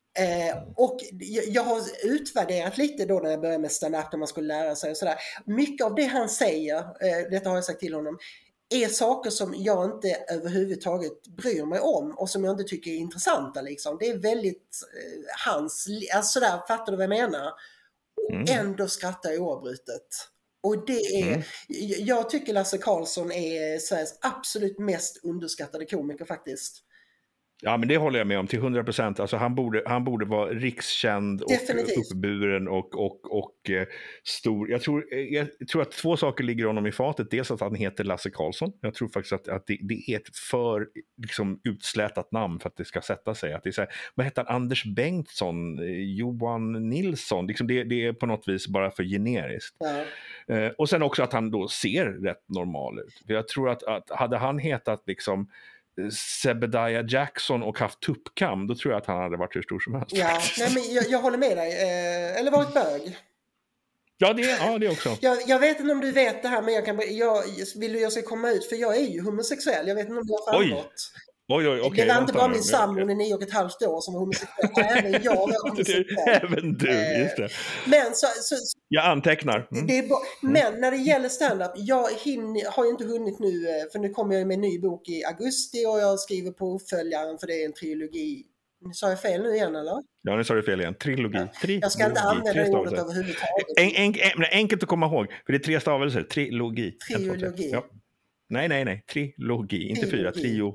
S2: Och jag har utvärderat lite då när jag började med stand-up, när man skulle lära sig och sådär. Mycket av det han säger, detta har jag sagt till honom, är saker som jag inte överhuvudtaget bryr mig om och som jag inte tycker är intressanta liksom. Det är väldigt hans, alltså där, fattar du vad jag menar? Och ändå skrattar jag oavbrutet. Och det är, jag tycker Lasse Karlsson är Sveriges absolut mest underskattade komiker faktiskt.
S3: Ja, men det håller jag med om till 100%. Alltså han borde vara rikskänd och uppburen och stor. Jag tror att 2 saker ligger honom i fatet. Dels att han heter Lasse Karlsson. Jag tror faktiskt att det är ett för liksom, utslätat namn för att det ska sätta sig. Att det är så här, vad heter han? Anders Bengtsson, Johan Nilsson. Liksom det är på något vis bara för generiskt.
S2: Ja.
S3: Och sen också att han då ser rätt normal ut. För jag tror att hade han hetat liksom Sebediah Jackson och haft tuppkam, då tror jag att han hade varit hur stor som helst.
S2: Ja, nej, men jag håller med dig. Eller varit bög.
S3: Ja, det också.
S2: Jag vet inte om du vet det här, men jag ska komma ut, för jag är ju homosexuell. Jag vet inte om det har framgått.
S3: Oj, okay,
S2: det var inte bara min sambo under 9,5 år som var homosexuell. Även jag var homosexuell.
S3: Även du, just det.
S2: Men
S3: jag antecknar.
S2: Det är men när det gäller stand-up, jag har ju inte hunnit nu, för nu kommer jag med en ny bok i augusti och jag skriver på uppföljaren, för det är en trilogi. Sa jag fel nu igen eller?
S3: Ja, nu sa du fel igen. Trilogi.
S2: Jag ska inte använda det ordet överhuvudtaget.
S3: Enkelt att komma ihåg, för det är 3 stavelser. Trilogi. Ja. Nej. Trilogi, inte 4.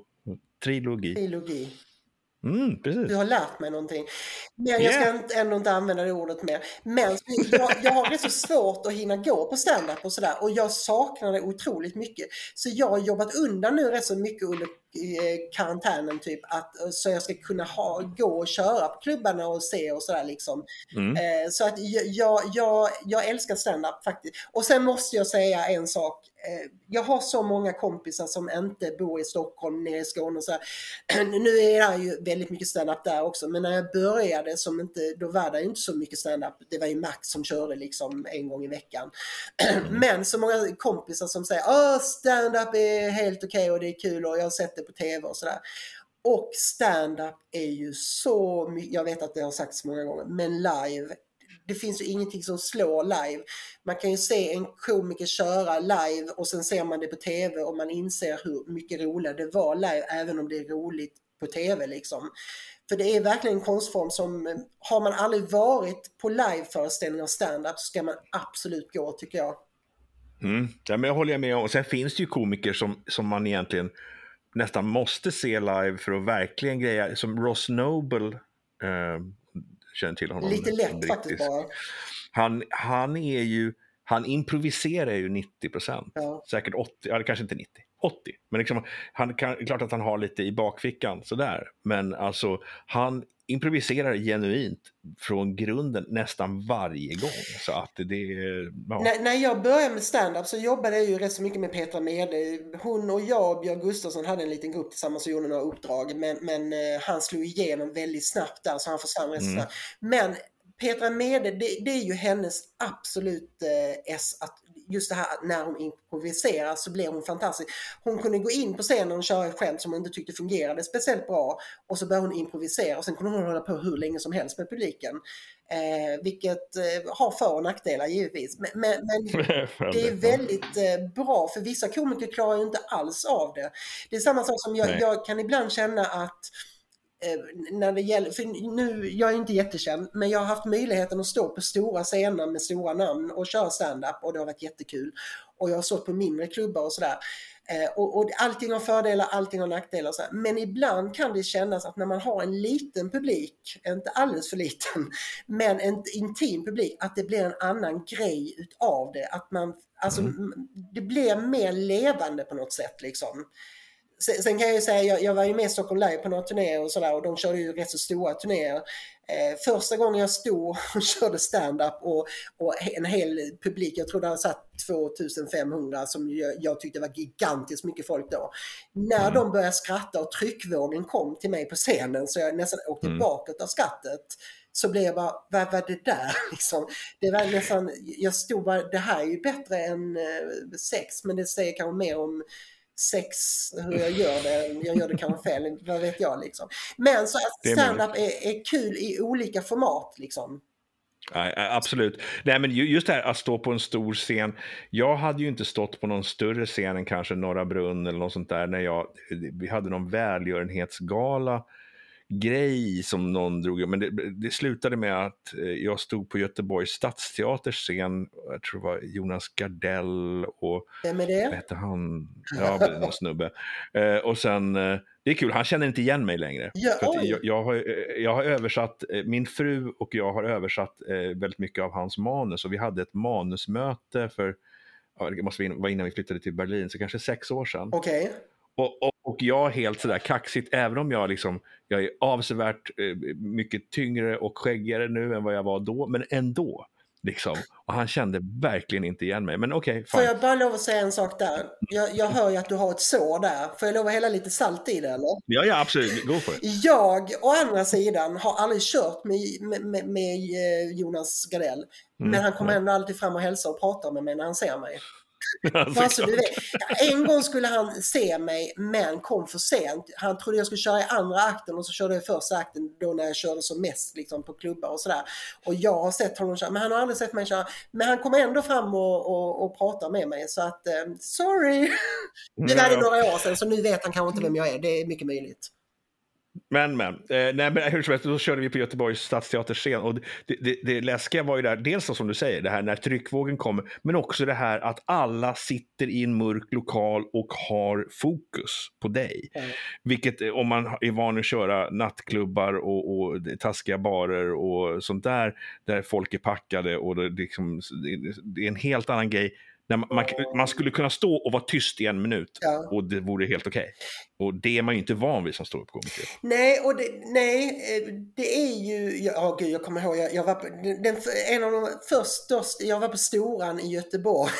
S3: Trilogi. Precis.
S2: Du har lärt mig någonting. Men jag ska ändå inte använda det ordet mer. Men jag har rätt så svårt att hinna gå på stand-up och sådär. Och jag saknar det otroligt mycket. Så jag har jobbat undan nu rätt så mycket under karantänen typ. Så jag ska kunna gå och köra på klubbarna och se och sådär liksom. Så att jag älskar stand-up faktiskt. Och sen måste jag säga en sak. Jag har så många kompisar som inte bor i Stockholm, nere i Skåne och så här. Nu är det ju väldigt mycket stand-up där också, men när jag började då var det inte så mycket stand-up. Det var ju Max som körde liksom en gång i veckan. Men så många kompisar som säger stand-up är helt okej och det är kul och jag har sett det på tv och sådär. Och stand-up är ju så mycket, jag vet att det har sagts många gånger, men live, det finns ju ingenting som slår live. Man kan ju se en komiker köra live och sen ser man det på tv och man inser hur mycket roligare det var live, även om det är roligt på tv liksom. För det är verkligen en konstform som, har man aldrig varit på liveföreställningar och stand-up så ska man absolut gå, tycker jag.
S3: Ja, men jag håller med om. Och sen finns det ju komiker som man egentligen nästan måste se live för att verkligen greja. Som Ross Noble, känner till honom.
S2: Lite lätt faktiskt bara.
S3: Han är ju, han improviserar ju 90%.
S2: Ja.
S3: Säkert 80, ja, kanske inte 90. 80. Men liksom, klart att han har lite i bakfickan sådär. Men alltså, han improviserar genuint från grunden nästan varje gång. Så att det ja.
S2: När jag började med stand-up så jobbade jag ju rätt så mycket med Petra Mede. Hon och jag och Björn Gustafsson hade en liten grupp tillsammans och gjorde några uppdrag. Men han slog igenom väldigt snabbt där, så han försvann rätt snabbt. Men Petra Mede, det är ju hennes absolut att just det här när hon improviserar så blir hon fantastisk. Hon kunde gå in på scenen och köra ett skämt som hon inte tyckte fungerade speciellt bra, och så började hon improvisera och sen kunde hon hålla på hur länge som helst med publiken. Vilket har för- och nackdelar givetvis. Men det är väldigt bra, för vissa komiker klarar ju inte alls av det. Det är samma sak som jag kan ibland känna att när det gäller, för nu, jag är inte jättekänd, men jag har haft möjligheten att stå på stora scener med stora namn och köra stand-up, och det har varit jättekul. Och jag har stått på mindre klubbar och sådär. Och allting har fördelar, allting har nackdelar. Så här. Men ibland kan det kännas att när man har en liten publik, inte alldeles för liten, men en intim publik, att det blir en annan grej utav det. Att man, alltså, det blir mer levande på något sätt liksom. Sen kan jag ju säga, jag var ju med i Stockholm Live på några turnéer och sådär, och de körde ju rätt så stora turnéer. Första gången jag stod och körde stand-up och en hel publik, jag tror det hade satt 2500 som jag tyckte var gigantiskt mycket folk då. När de började skratta och tryckvågen kom till mig på scenen så jag nästan åkte bakåt av skrattet. Så blev jag bara, vad var det där? Liksom. Det var nästan, jag stod bara, det här är ju bättre än sex, men det säger kanske mer om sex, hur jag gör det kanske fel, vad vet jag liksom. Men så att stand-up är kul i olika format liksom.
S3: Ja, absolut. Nej, men just det här att stå på en stor scen. Jag hade ju inte stått på någon större scen än kanske Norra Brunn eller något sånt där när vi hade någon välgörenhetsgala grej som någon drog. Men det slutade med att jag stod på Göteborgs stadsteaters scen. Jag tror det var Jonas Gardell och
S2: vem är det?
S3: Vad heter han? Ja, någon snubbe. Och sen, det är kul, han känner inte igen mig längre.
S2: Ja,
S3: för att jag har översatt, min fru och jag har översatt väldigt mycket av hans manus. Och vi hade ett manusmöte för, det måste vara innan vi flyttade till Berlin, så kanske 6 år sedan.
S2: Okej.
S3: Och jag helt sådär kaxigt, även om jag är avsevärt mycket tyngre och skäggigare nu än vad jag var då, men ändå liksom. Och han kände verkligen inte igen mig, men okej.
S2: Får jag bara lov att säga en sak där? Jag hör ju att du har ett sår där. Får jag lov att hälla lite salt i det eller?
S3: Ja, absolut, gå för det.
S2: Jag, å andra sidan, har aldrig kört med Jonas Gardell. Men han kommer ändå alltid fram och hälsar och pratar med mig när han ser mig. Alltså, du vet, en gång skulle han se mig men kom för sent. Han trodde jag skulle köra i andra akten och så körde jag i första akten då när jag körde som mest liksom, på klubbar och sådär. Och jag har sett honom köra, men han har aldrig sett mig köra. Men han kommer ändå fram och pratar med mig, så att sorry. Det var det några år sedan, så nu vet han kanske inte vem jag är. Det är mycket möjligt.
S3: Men hur som helst, då körde vi på Göteborgs stadsteaterscen, och det läskiga var ju där, dels som du säger, det här när tryckvågen kommer, men också det här att alla sitter i en mörk lokal och har fokus på dig. Vilket, om man är van att köra nattklubbar och taskiga barer och sånt där folk är packade och det är en helt annan grej. När man skulle kunna stå och vara tyst i 1 minut och det vore helt okej. Och det är man ju inte van vid som står upp komiker.
S2: Nej, det är ju... Gud, jag kommer ihåg, jag var på, en av de första, jag var på Storan i Göteborg.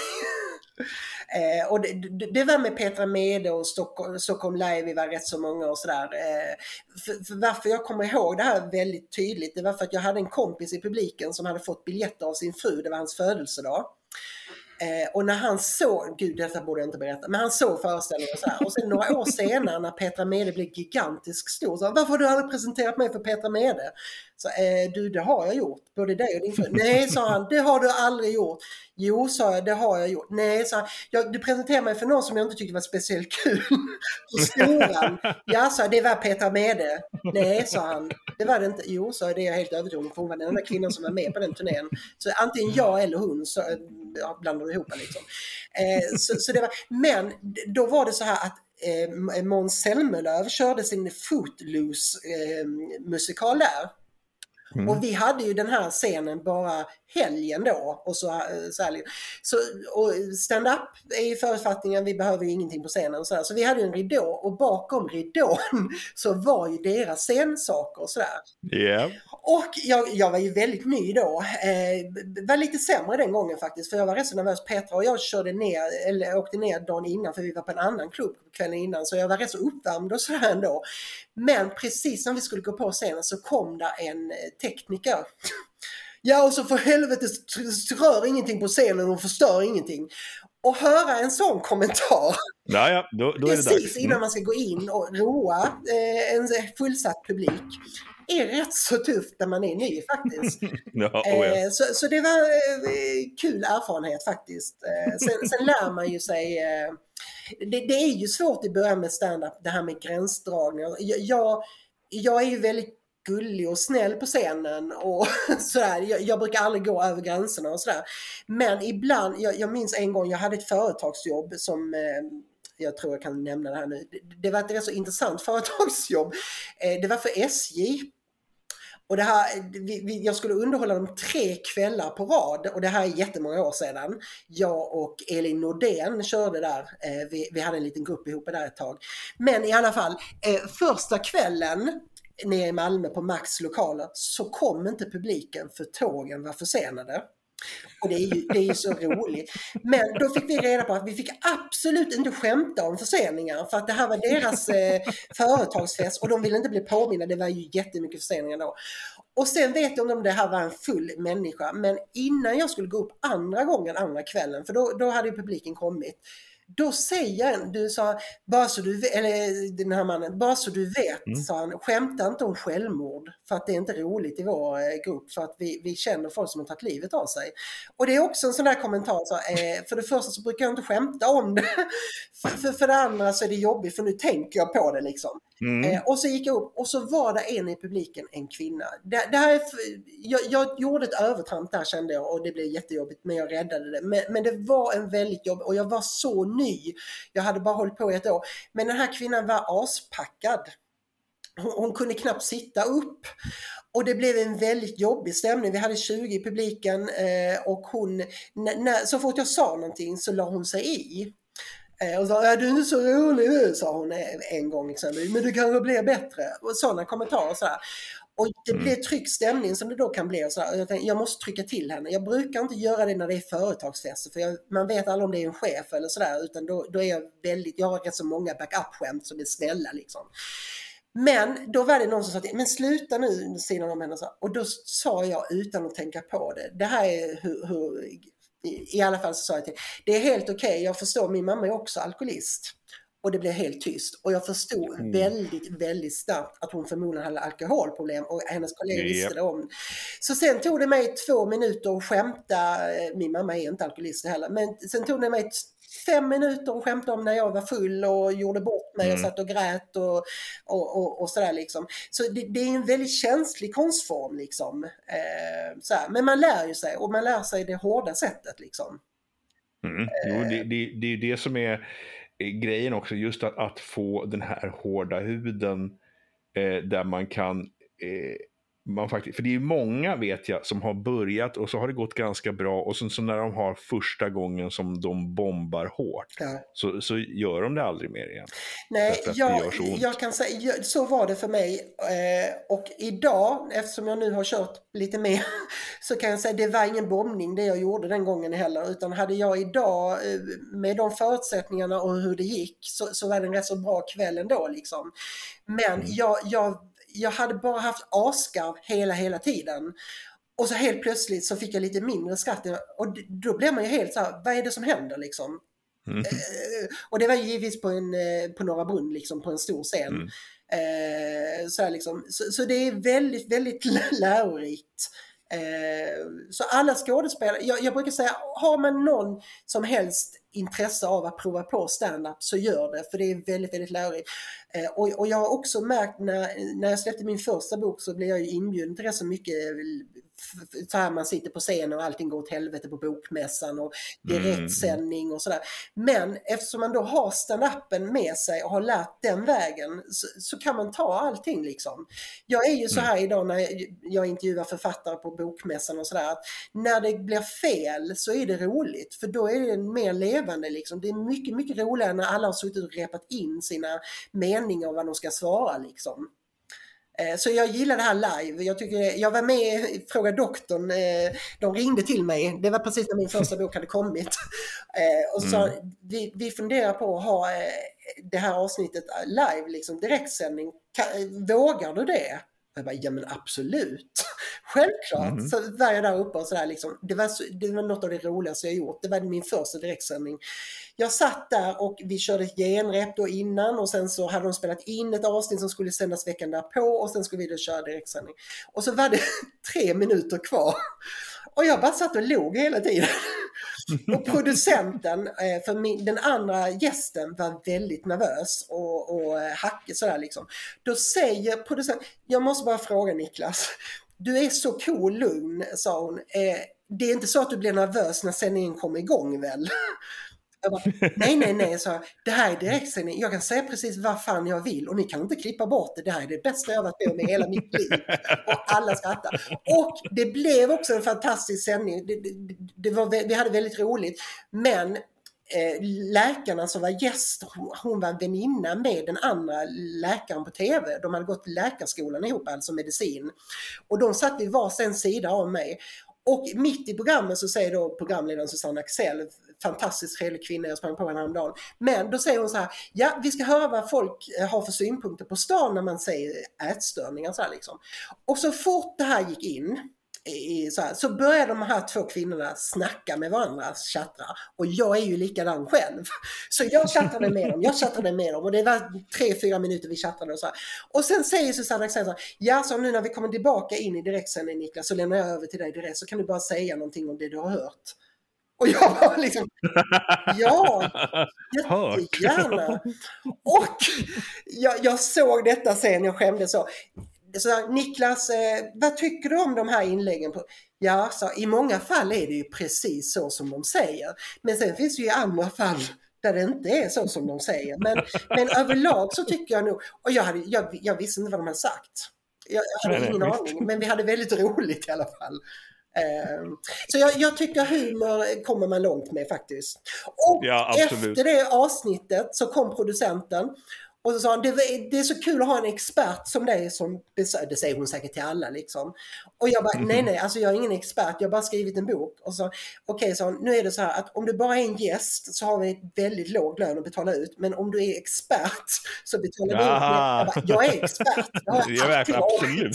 S2: Och det var med Petra Mede och Stockholm Live, vi var rätt så många och sådär. För varför jag kommer ihåg det här väldigt tydligt, det var för att jag hade en kompis i publiken som hade fått biljetter av sin fru, det var hans födelsedag. Och när han såg, gud detta borde jag inte berätta, men han såg föreställningen och så här. Och sen några år senare när Petra Mede blev gigantisk stor, så varför har du aldrig presenterat mig för Petra Mede? Så, du, det har jag gjort. Både dig och din fru. Nej, sa han, det har du aldrig gjort. Jo, sa jag, det har jag gjort. Nej, sa han, du presenterade mig för någon som jag inte tyckte var speciellt kul på skolan. Ja, sa det var Petra Mede. Nej, sa han, det var det inte. Jo, sa det är jag helt övertygad om, för hon var den enda kvinnan som var med på den turnén. Så antingen jag eller hon, så blandade ihop liksom. Så det var, men då var det så här att Måns Zelmerlöw körde sin Footloose musikal där. Och vi hade ju den här scenen bara helgen då. Och så och stand-up är ju förutfattningen, vi behöver ju ingenting på scenen. Så vi hade ju en ridå, och bakom ridån så var ju deras scensaker och sådär.
S3: Yeah.
S2: Och jag var ju väldigt ny då. Var lite sämre den gången faktiskt, för jag var rätt så nervös. Petra och jag åkte ner dagen innan, för vi var på en annan klubb kvällen innan, så jag var rätt så uppvärmd och sådär ändå. Men precis när vi skulle gå på scenen så kom där en tekniker. Ja, och så för helvete rör ingenting på scenen och förstör ingenting. Och höra en sån kommentar
S3: Ja, då är det dags.
S2: Precis innan man ska gå in och roa en fullsatt publik är rätt så tufft när man är ny faktiskt.
S3: Ja.
S2: Så det var kul erfarenhet faktiskt. Sen lär man ju sig... Det är ju svårt i början med stand-up, det här med gränsdragningar. Jag är ju väldigt gullig och snäll på scenen och sådär. Jag brukar aldrig gå över gränserna och sådär. Men ibland, jag minns en gång jag hade ett företagsjobb som... Jag tror jag kan nämna det här nu. Det var ett rätt så intressant företagsjobb. Det var för SJ. Och det här, jag skulle underhålla dem 3 kvällar på rad, och det här är jättemånga år sedan. Jag och Elin Nordén körde där. Vi hade en liten grupp ihop där ett tag. Men i alla fall, första kvällen nere i Malmö på Max lokaler så kom inte publiken för tågen var försenade. Och det är ju så roligt. Men då fick vi reda på att vi fick absolut inte skämta om förseningar, för att det här var deras företagsfest och de ville inte bli påminna. Det var ju jättemycket förseningar då. Och sen vet jag inte om det här var en full människa, men innan jag skulle gå upp andra kvällen, för då hade ju publiken kommit. Då säger du sa, den här mannen, bara så du vet, sa han, skämta inte om självmord, för att det är inte roligt i vår grupp, för att vi känner folk som har tagit livet av sig. Och det är också en sån där kommentar, så, för det första så brukar jag inte skämta om det, för det andra så är det jobbigt, för nu tänker jag på det liksom. Och så gick jag upp och så var det en i publiken, en kvinna. Det här jag gjorde ett övertramp där, kände jag, och det blev jättejobbigt, men jag räddade det. Men det var en väldigt jobb, och jag var så ny. Jag hade bara hållit på 1 år. Men den här kvinnan var aspackad. Hon kunde knappt sitta upp. Och det blev en väldigt jobbig stämning. Vi hade 20 i publiken, och hon, så fort jag sa någonting så la hon sig i. Och sa, du är inte så rolig nu, sa hon en gång exempelvis, men du kanske blir bättre. Och sådana kommentarer så här. Och det blev tryckt stämning som det då kan bli. Och så här. Och jag tänkte, jag måste trycka till henne. Jag brukar inte göra det när det är företagsfester, för man vet aldrig om det är en chef eller sådär, utan då är jag har rätt så många backup-skämt som är snälla liksom. Men då var det någon som sa till, men sluta nu sidan om henne. Och då sa jag utan att tänka på det. Det här är hur i alla fall så sa jag till, det är helt okej, jag förstår, min mamma är också alkoholist. Och det blev helt tyst. Och jag förstod väldigt, väldigt starkt att hon förmodligen hade alkoholproblem, och hennes kollegor visste det om. Så sen tog det mig 2 minuter att skämta, min mamma är inte alkoholist heller, men sen tog det mig 5 minuter att skämta om när jag var full och gjorde bort mig och satt och grät och sådär liksom. Så det är en väldigt känslig konstform liksom. Men man lär ju sig, och man lär sig det hårda sättet liksom.
S3: Jo, det är det som är grejen också, just att få den här hårda huden där man kan för det är många, vet jag, som har börjat och så har det gått ganska bra, och så när de har första gången som de bombar hårt, så gör de det aldrig mer igen.
S2: Nej, jag kan säga, så var det för mig, och idag, eftersom jag nu har kört lite mer, så kan jag säga det var ingen bombning det jag gjorde den gången heller, utan hade jag idag med de förutsättningarna och hur det gick, så var det en rätt så bra kväll ändå liksom. Men jag hade bara haft asgarv hela tiden. Och så helt plötsligt så fick jag lite mindre skratt. Och då blev man ju helt så här, vad är det som händer liksom? Och det var givetvis på Norra Brunn, liksom, på en stor scen. Så det är väldigt, väldigt lärorikt. Så alla skådespelare, jag brukar säga, har man någon som helst intresse av att prova på stand-up, så gör det, för det är väldigt, väldigt lärorikt. Och jag har också märkt när jag släppte min första bok, så blev jag ju inbjuden till det så mycket, så här man sitter på scenen och allting går åt helvete på bokmässan och direktsändning och sådär. Men eftersom man då har stand-upen med sig och har lärt den vägen, så kan man ta allting liksom. Jag är ju så här idag när jag intervjuar författare på bokmässan och sådär, att när det blir fel så är det roligt, för då är det mer levande liksom. Det är mycket, mycket roligare när alla har suttit och repat in sina meningar och vad de ska svara liksom. Så jag gillar det här live. Jag var med i Fråga doktorn. De ringde till mig. Det var precis när min första bok hade kommit. Och så vi funderar på att ha det här avsnittet live, liksom direktsändning. Vågar du det? Jag bara, ja men absolut. Självklart. Så var jag där uppe och sådär liksom. Det var något av det roligaste jag gjort. Det var min första direktsändning. Jag satt där och vi körde ett genrep då innan, och sen så hade de spelat in ett avsnitt som skulle sändas veckan därpå, och sen skulle vi då köra direktsändning. Och så var det 3 minuter kvar. Och jag bara satt och log hela tiden. Och producenten, för den andra gästen var väldigt nervös och hackig sådär liksom. Då säger producenten, jag måste bara fråga Niklas, du är så cool, lugn, sa hon. Det är inte så att du blir nervös när sändningen kommer igång väl? Jag bara, nej, så det här är direktsändning. Jag kan säga precis vad fan jag vill och ni kan inte klippa bort det. Det här är det bästa jag har varit med om i hela mitt liv. Och alla skrattar. Och det blev också en fantastisk sändning. Vi hade väldigt roligt. Men läkarna som var gäst, hon var väninna med den andra läkaren på tv. De hade gått läkarskolan ihop, alltså medicin. Och de satt vid varsin sida av mig. Och mitt i programmet så säger då programledaren Susanne Axel, fantastiskt trevlig kvinna, jag sprang på henne häromdagen. Men då säger hon så här, ja vi ska höra vad folk har för synpunkter på stan när man säger ätstörningar så här liksom. Och så fort det här gick in så började de här 2 kvinnorna snacka med varandra, chattra. Och jag är ju likadan själv. Så jag chattade med dem och det var 3-4 minuter vi chattade och så här. Och sen säger Susanne Axel så här, ja så nu när vi kommer tillbaka in i direktsändning Niklas, så lämnar jag över till dig direkt, så kan du bara säga någonting om det du har hört. Och jag var liksom, ja, jättegärna. Och jag såg detta sen, jag skämdes så. Så Niklas, vad tycker du om de här inläggen? Ja, så i många fall är det ju precis så som de säger. Men sen finns det ju andra fall där det inte är så som de säger. Men överlag så tycker jag nog, och jag visste inte vad de hade sagt. Jag hade ingen aning, men vi hade väldigt roligt i alla fall. Så jag tycker humor kommer man långt med faktiskt. Och ja, efter det avsnittet så kom producenten och så sa han, det är så kul att ha en expert som dig som, det säger hon säkert till alla liksom. Och jag bara, nej, alltså jag är ingen expert, jag har bara skrivit en bok. Och så, okej, så nu är det så här att om du bara är en gäst så har vi väldigt låg lön att betala ut. Men om du är expert så betalar du ut. Jag är expert.
S3: Jag är absolut.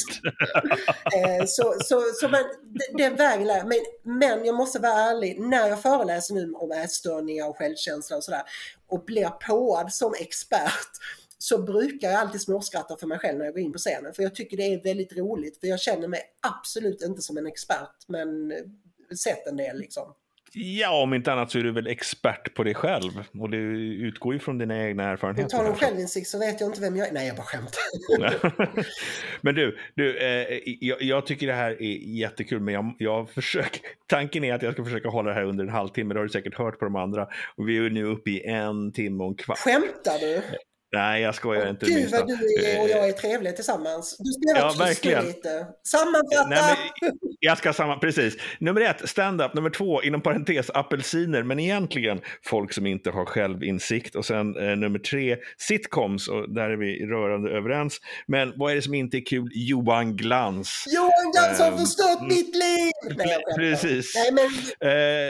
S2: Så den vägen lär. Men jag måste vara ärlig, när jag föreläser nu om ätstörningar och självkänsla och sådär och blir påad som expert, så brukar jag alltid småskratta för mig själv när jag går in på scenen. För jag tycker det är väldigt roligt. För jag känner mig absolut inte som en expert, men sett en del liksom.
S3: Ja, om inte annat så är du väl expert på dig själv. Och det utgår ju från dina egna erfarenheter.
S2: Tar de självinsikt så vet jag inte vem jag är. Nej, jag bara skämtar.
S3: Men jag tycker det här är jättekul. Men jag försöker, tanken är att jag ska försöka hålla det här under en halvtimme. Det har du säkert hört på de andra. Och vi är nu uppe i 1 timme och en kvart.
S2: Skämtar du?
S3: Nej, jag skojar inte.
S2: Gud vad du är och jag är trevliga tillsammans. Du ska
S3: ja, verkligen.
S2: Lite. Sammanfatta!
S3: Nej, jag ska precis. Nummer 1, stand-up. Nummer 2, inom parentes, apelsiner. Men egentligen folk som inte har självinsikt. Och sen nummer 3, sitcoms. Och där är vi rörande överens. Men vad är det som inte är kul? Johan Glans.
S2: Johan Glans har förstört mitt liv!
S3: Precis.
S2: Nej, men...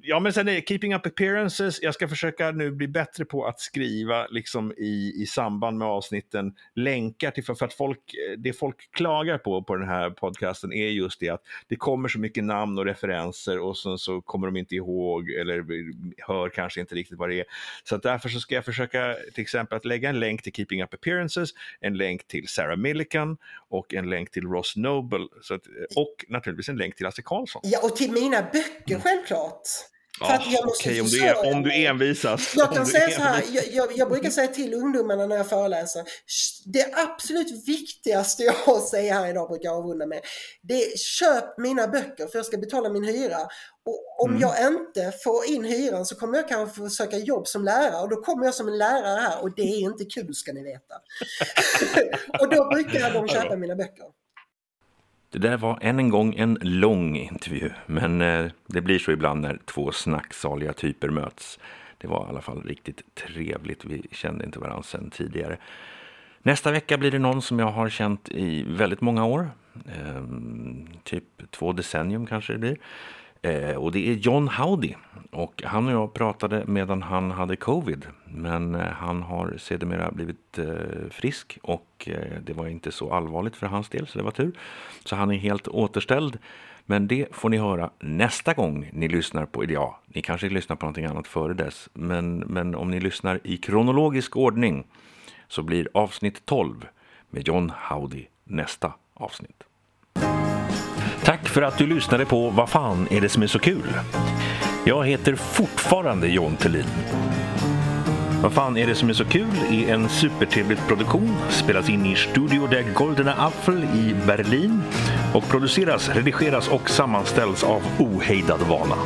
S3: Ja, men sen är Keeping Up Appearances. Jag ska försöka nu bli bättre på att skriva liksom i samband med avsnitten länkar till, för att det folk klagar på den här podcasten är just det att det kommer så mycket namn och referenser och sen så kommer de inte ihåg eller hör kanske inte riktigt vad det är. Så att därför så ska jag försöka till exempel att lägga en länk till Keeping Up Appearances, en länk till Sarah Millican och en länk till Ross Noble och naturligtvis en länk till Lasse Karlsson.
S2: Ja, och till mina böcker självklart.
S3: Okej, om du envisas.
S2: Jag kan säga så här, jag brukar säga till ungdomarna när jag föreläser, det absolut viktigaste jag har att säga här idag brukar jag avrunda med, det är köp mina böcker för jag ska betala min hyra. Och om jag inte får in hyran så kommer jag kanske få söka jobb som lärare och då kommer jag som en lärare här och det är inte kul ska ni veta. Och då brukar de köpa mina böcker.
S1: Det där var än en gång en lång intervju, men det blir så ibland när två snacksaliga typer möts. Det var i alla fall riktigt trevligt, vi kände inte varandra sedan tidigare. Nästa vecka blir det någon som jag har känt i väldigt många år, typ 2 decennium kanske det blir. Och det är John Howdy och han och jag pratade medan han hade covid men han har sedermera blivit frisk och det var inte så allvarligt för hans del så det var tur. Så han är helt återställd men det får ni höra nästa gång ni lyssnar på ja, ni kanske lyssnar på någonting annat före dess men om ni lyssnar i kronologisk ordning så blir avsnitt 12 med John Howdy nästa avsnitt. Tack för att du lyssnade på Vad fan är det som är så kul? Jag heter fortfarande John Thelin. Vad fan är det som är så kul är en supertrevligt produktion, spelas in i Studio der Goldene Apfel i Berlin och produceras, redigeras och sammanställs av Ohejdad Vana.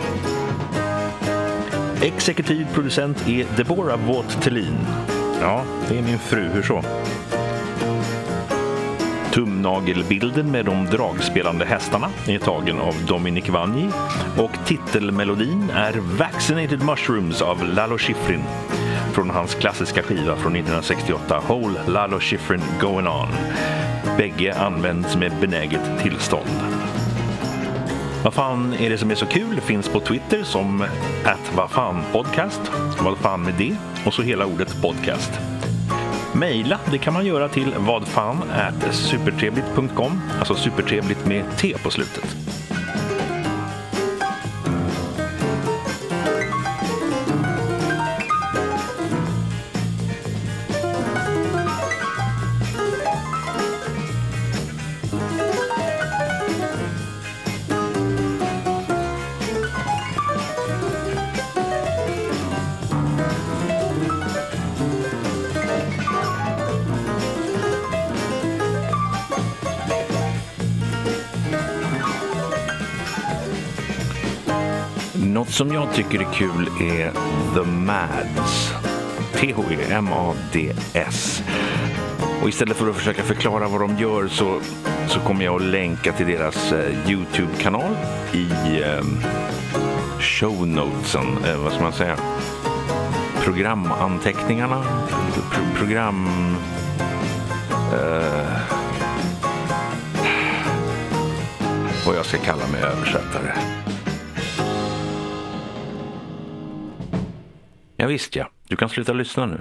S1: Exekutiv producent är Deborah Vought Thelin. Ja, det är min fru, hur så? Tumnagelbilden med de dragspelande hästarna är tagen av Dominic Vanji och titelmelodin är Vaccinated Mushrooms av Lalo Schifrin från hans klassiska skiva från 1968 Whole Lalo Schifrin Going On. Bägge används med benäget tillstånd. Vad fan är det som är så kul finns på Twitter som @vadfanpodcast, vad fan med det och så hela ordet podcast. Maila, det kan man göra till vadfan@supertrevligt.com, alltså supertrevligt med T på slutet. Något som jag tycker är kul är The Mads. THEMADS. Och istället för att försöka förklara vad de gör så kommer jag att länka till deras YouTube-kanal i shownotesen. Vad ska man säga? Programanteckningarna. Vad jag ska kalla mig översättare. Ja visst ja, du kan sluta lyssna nu.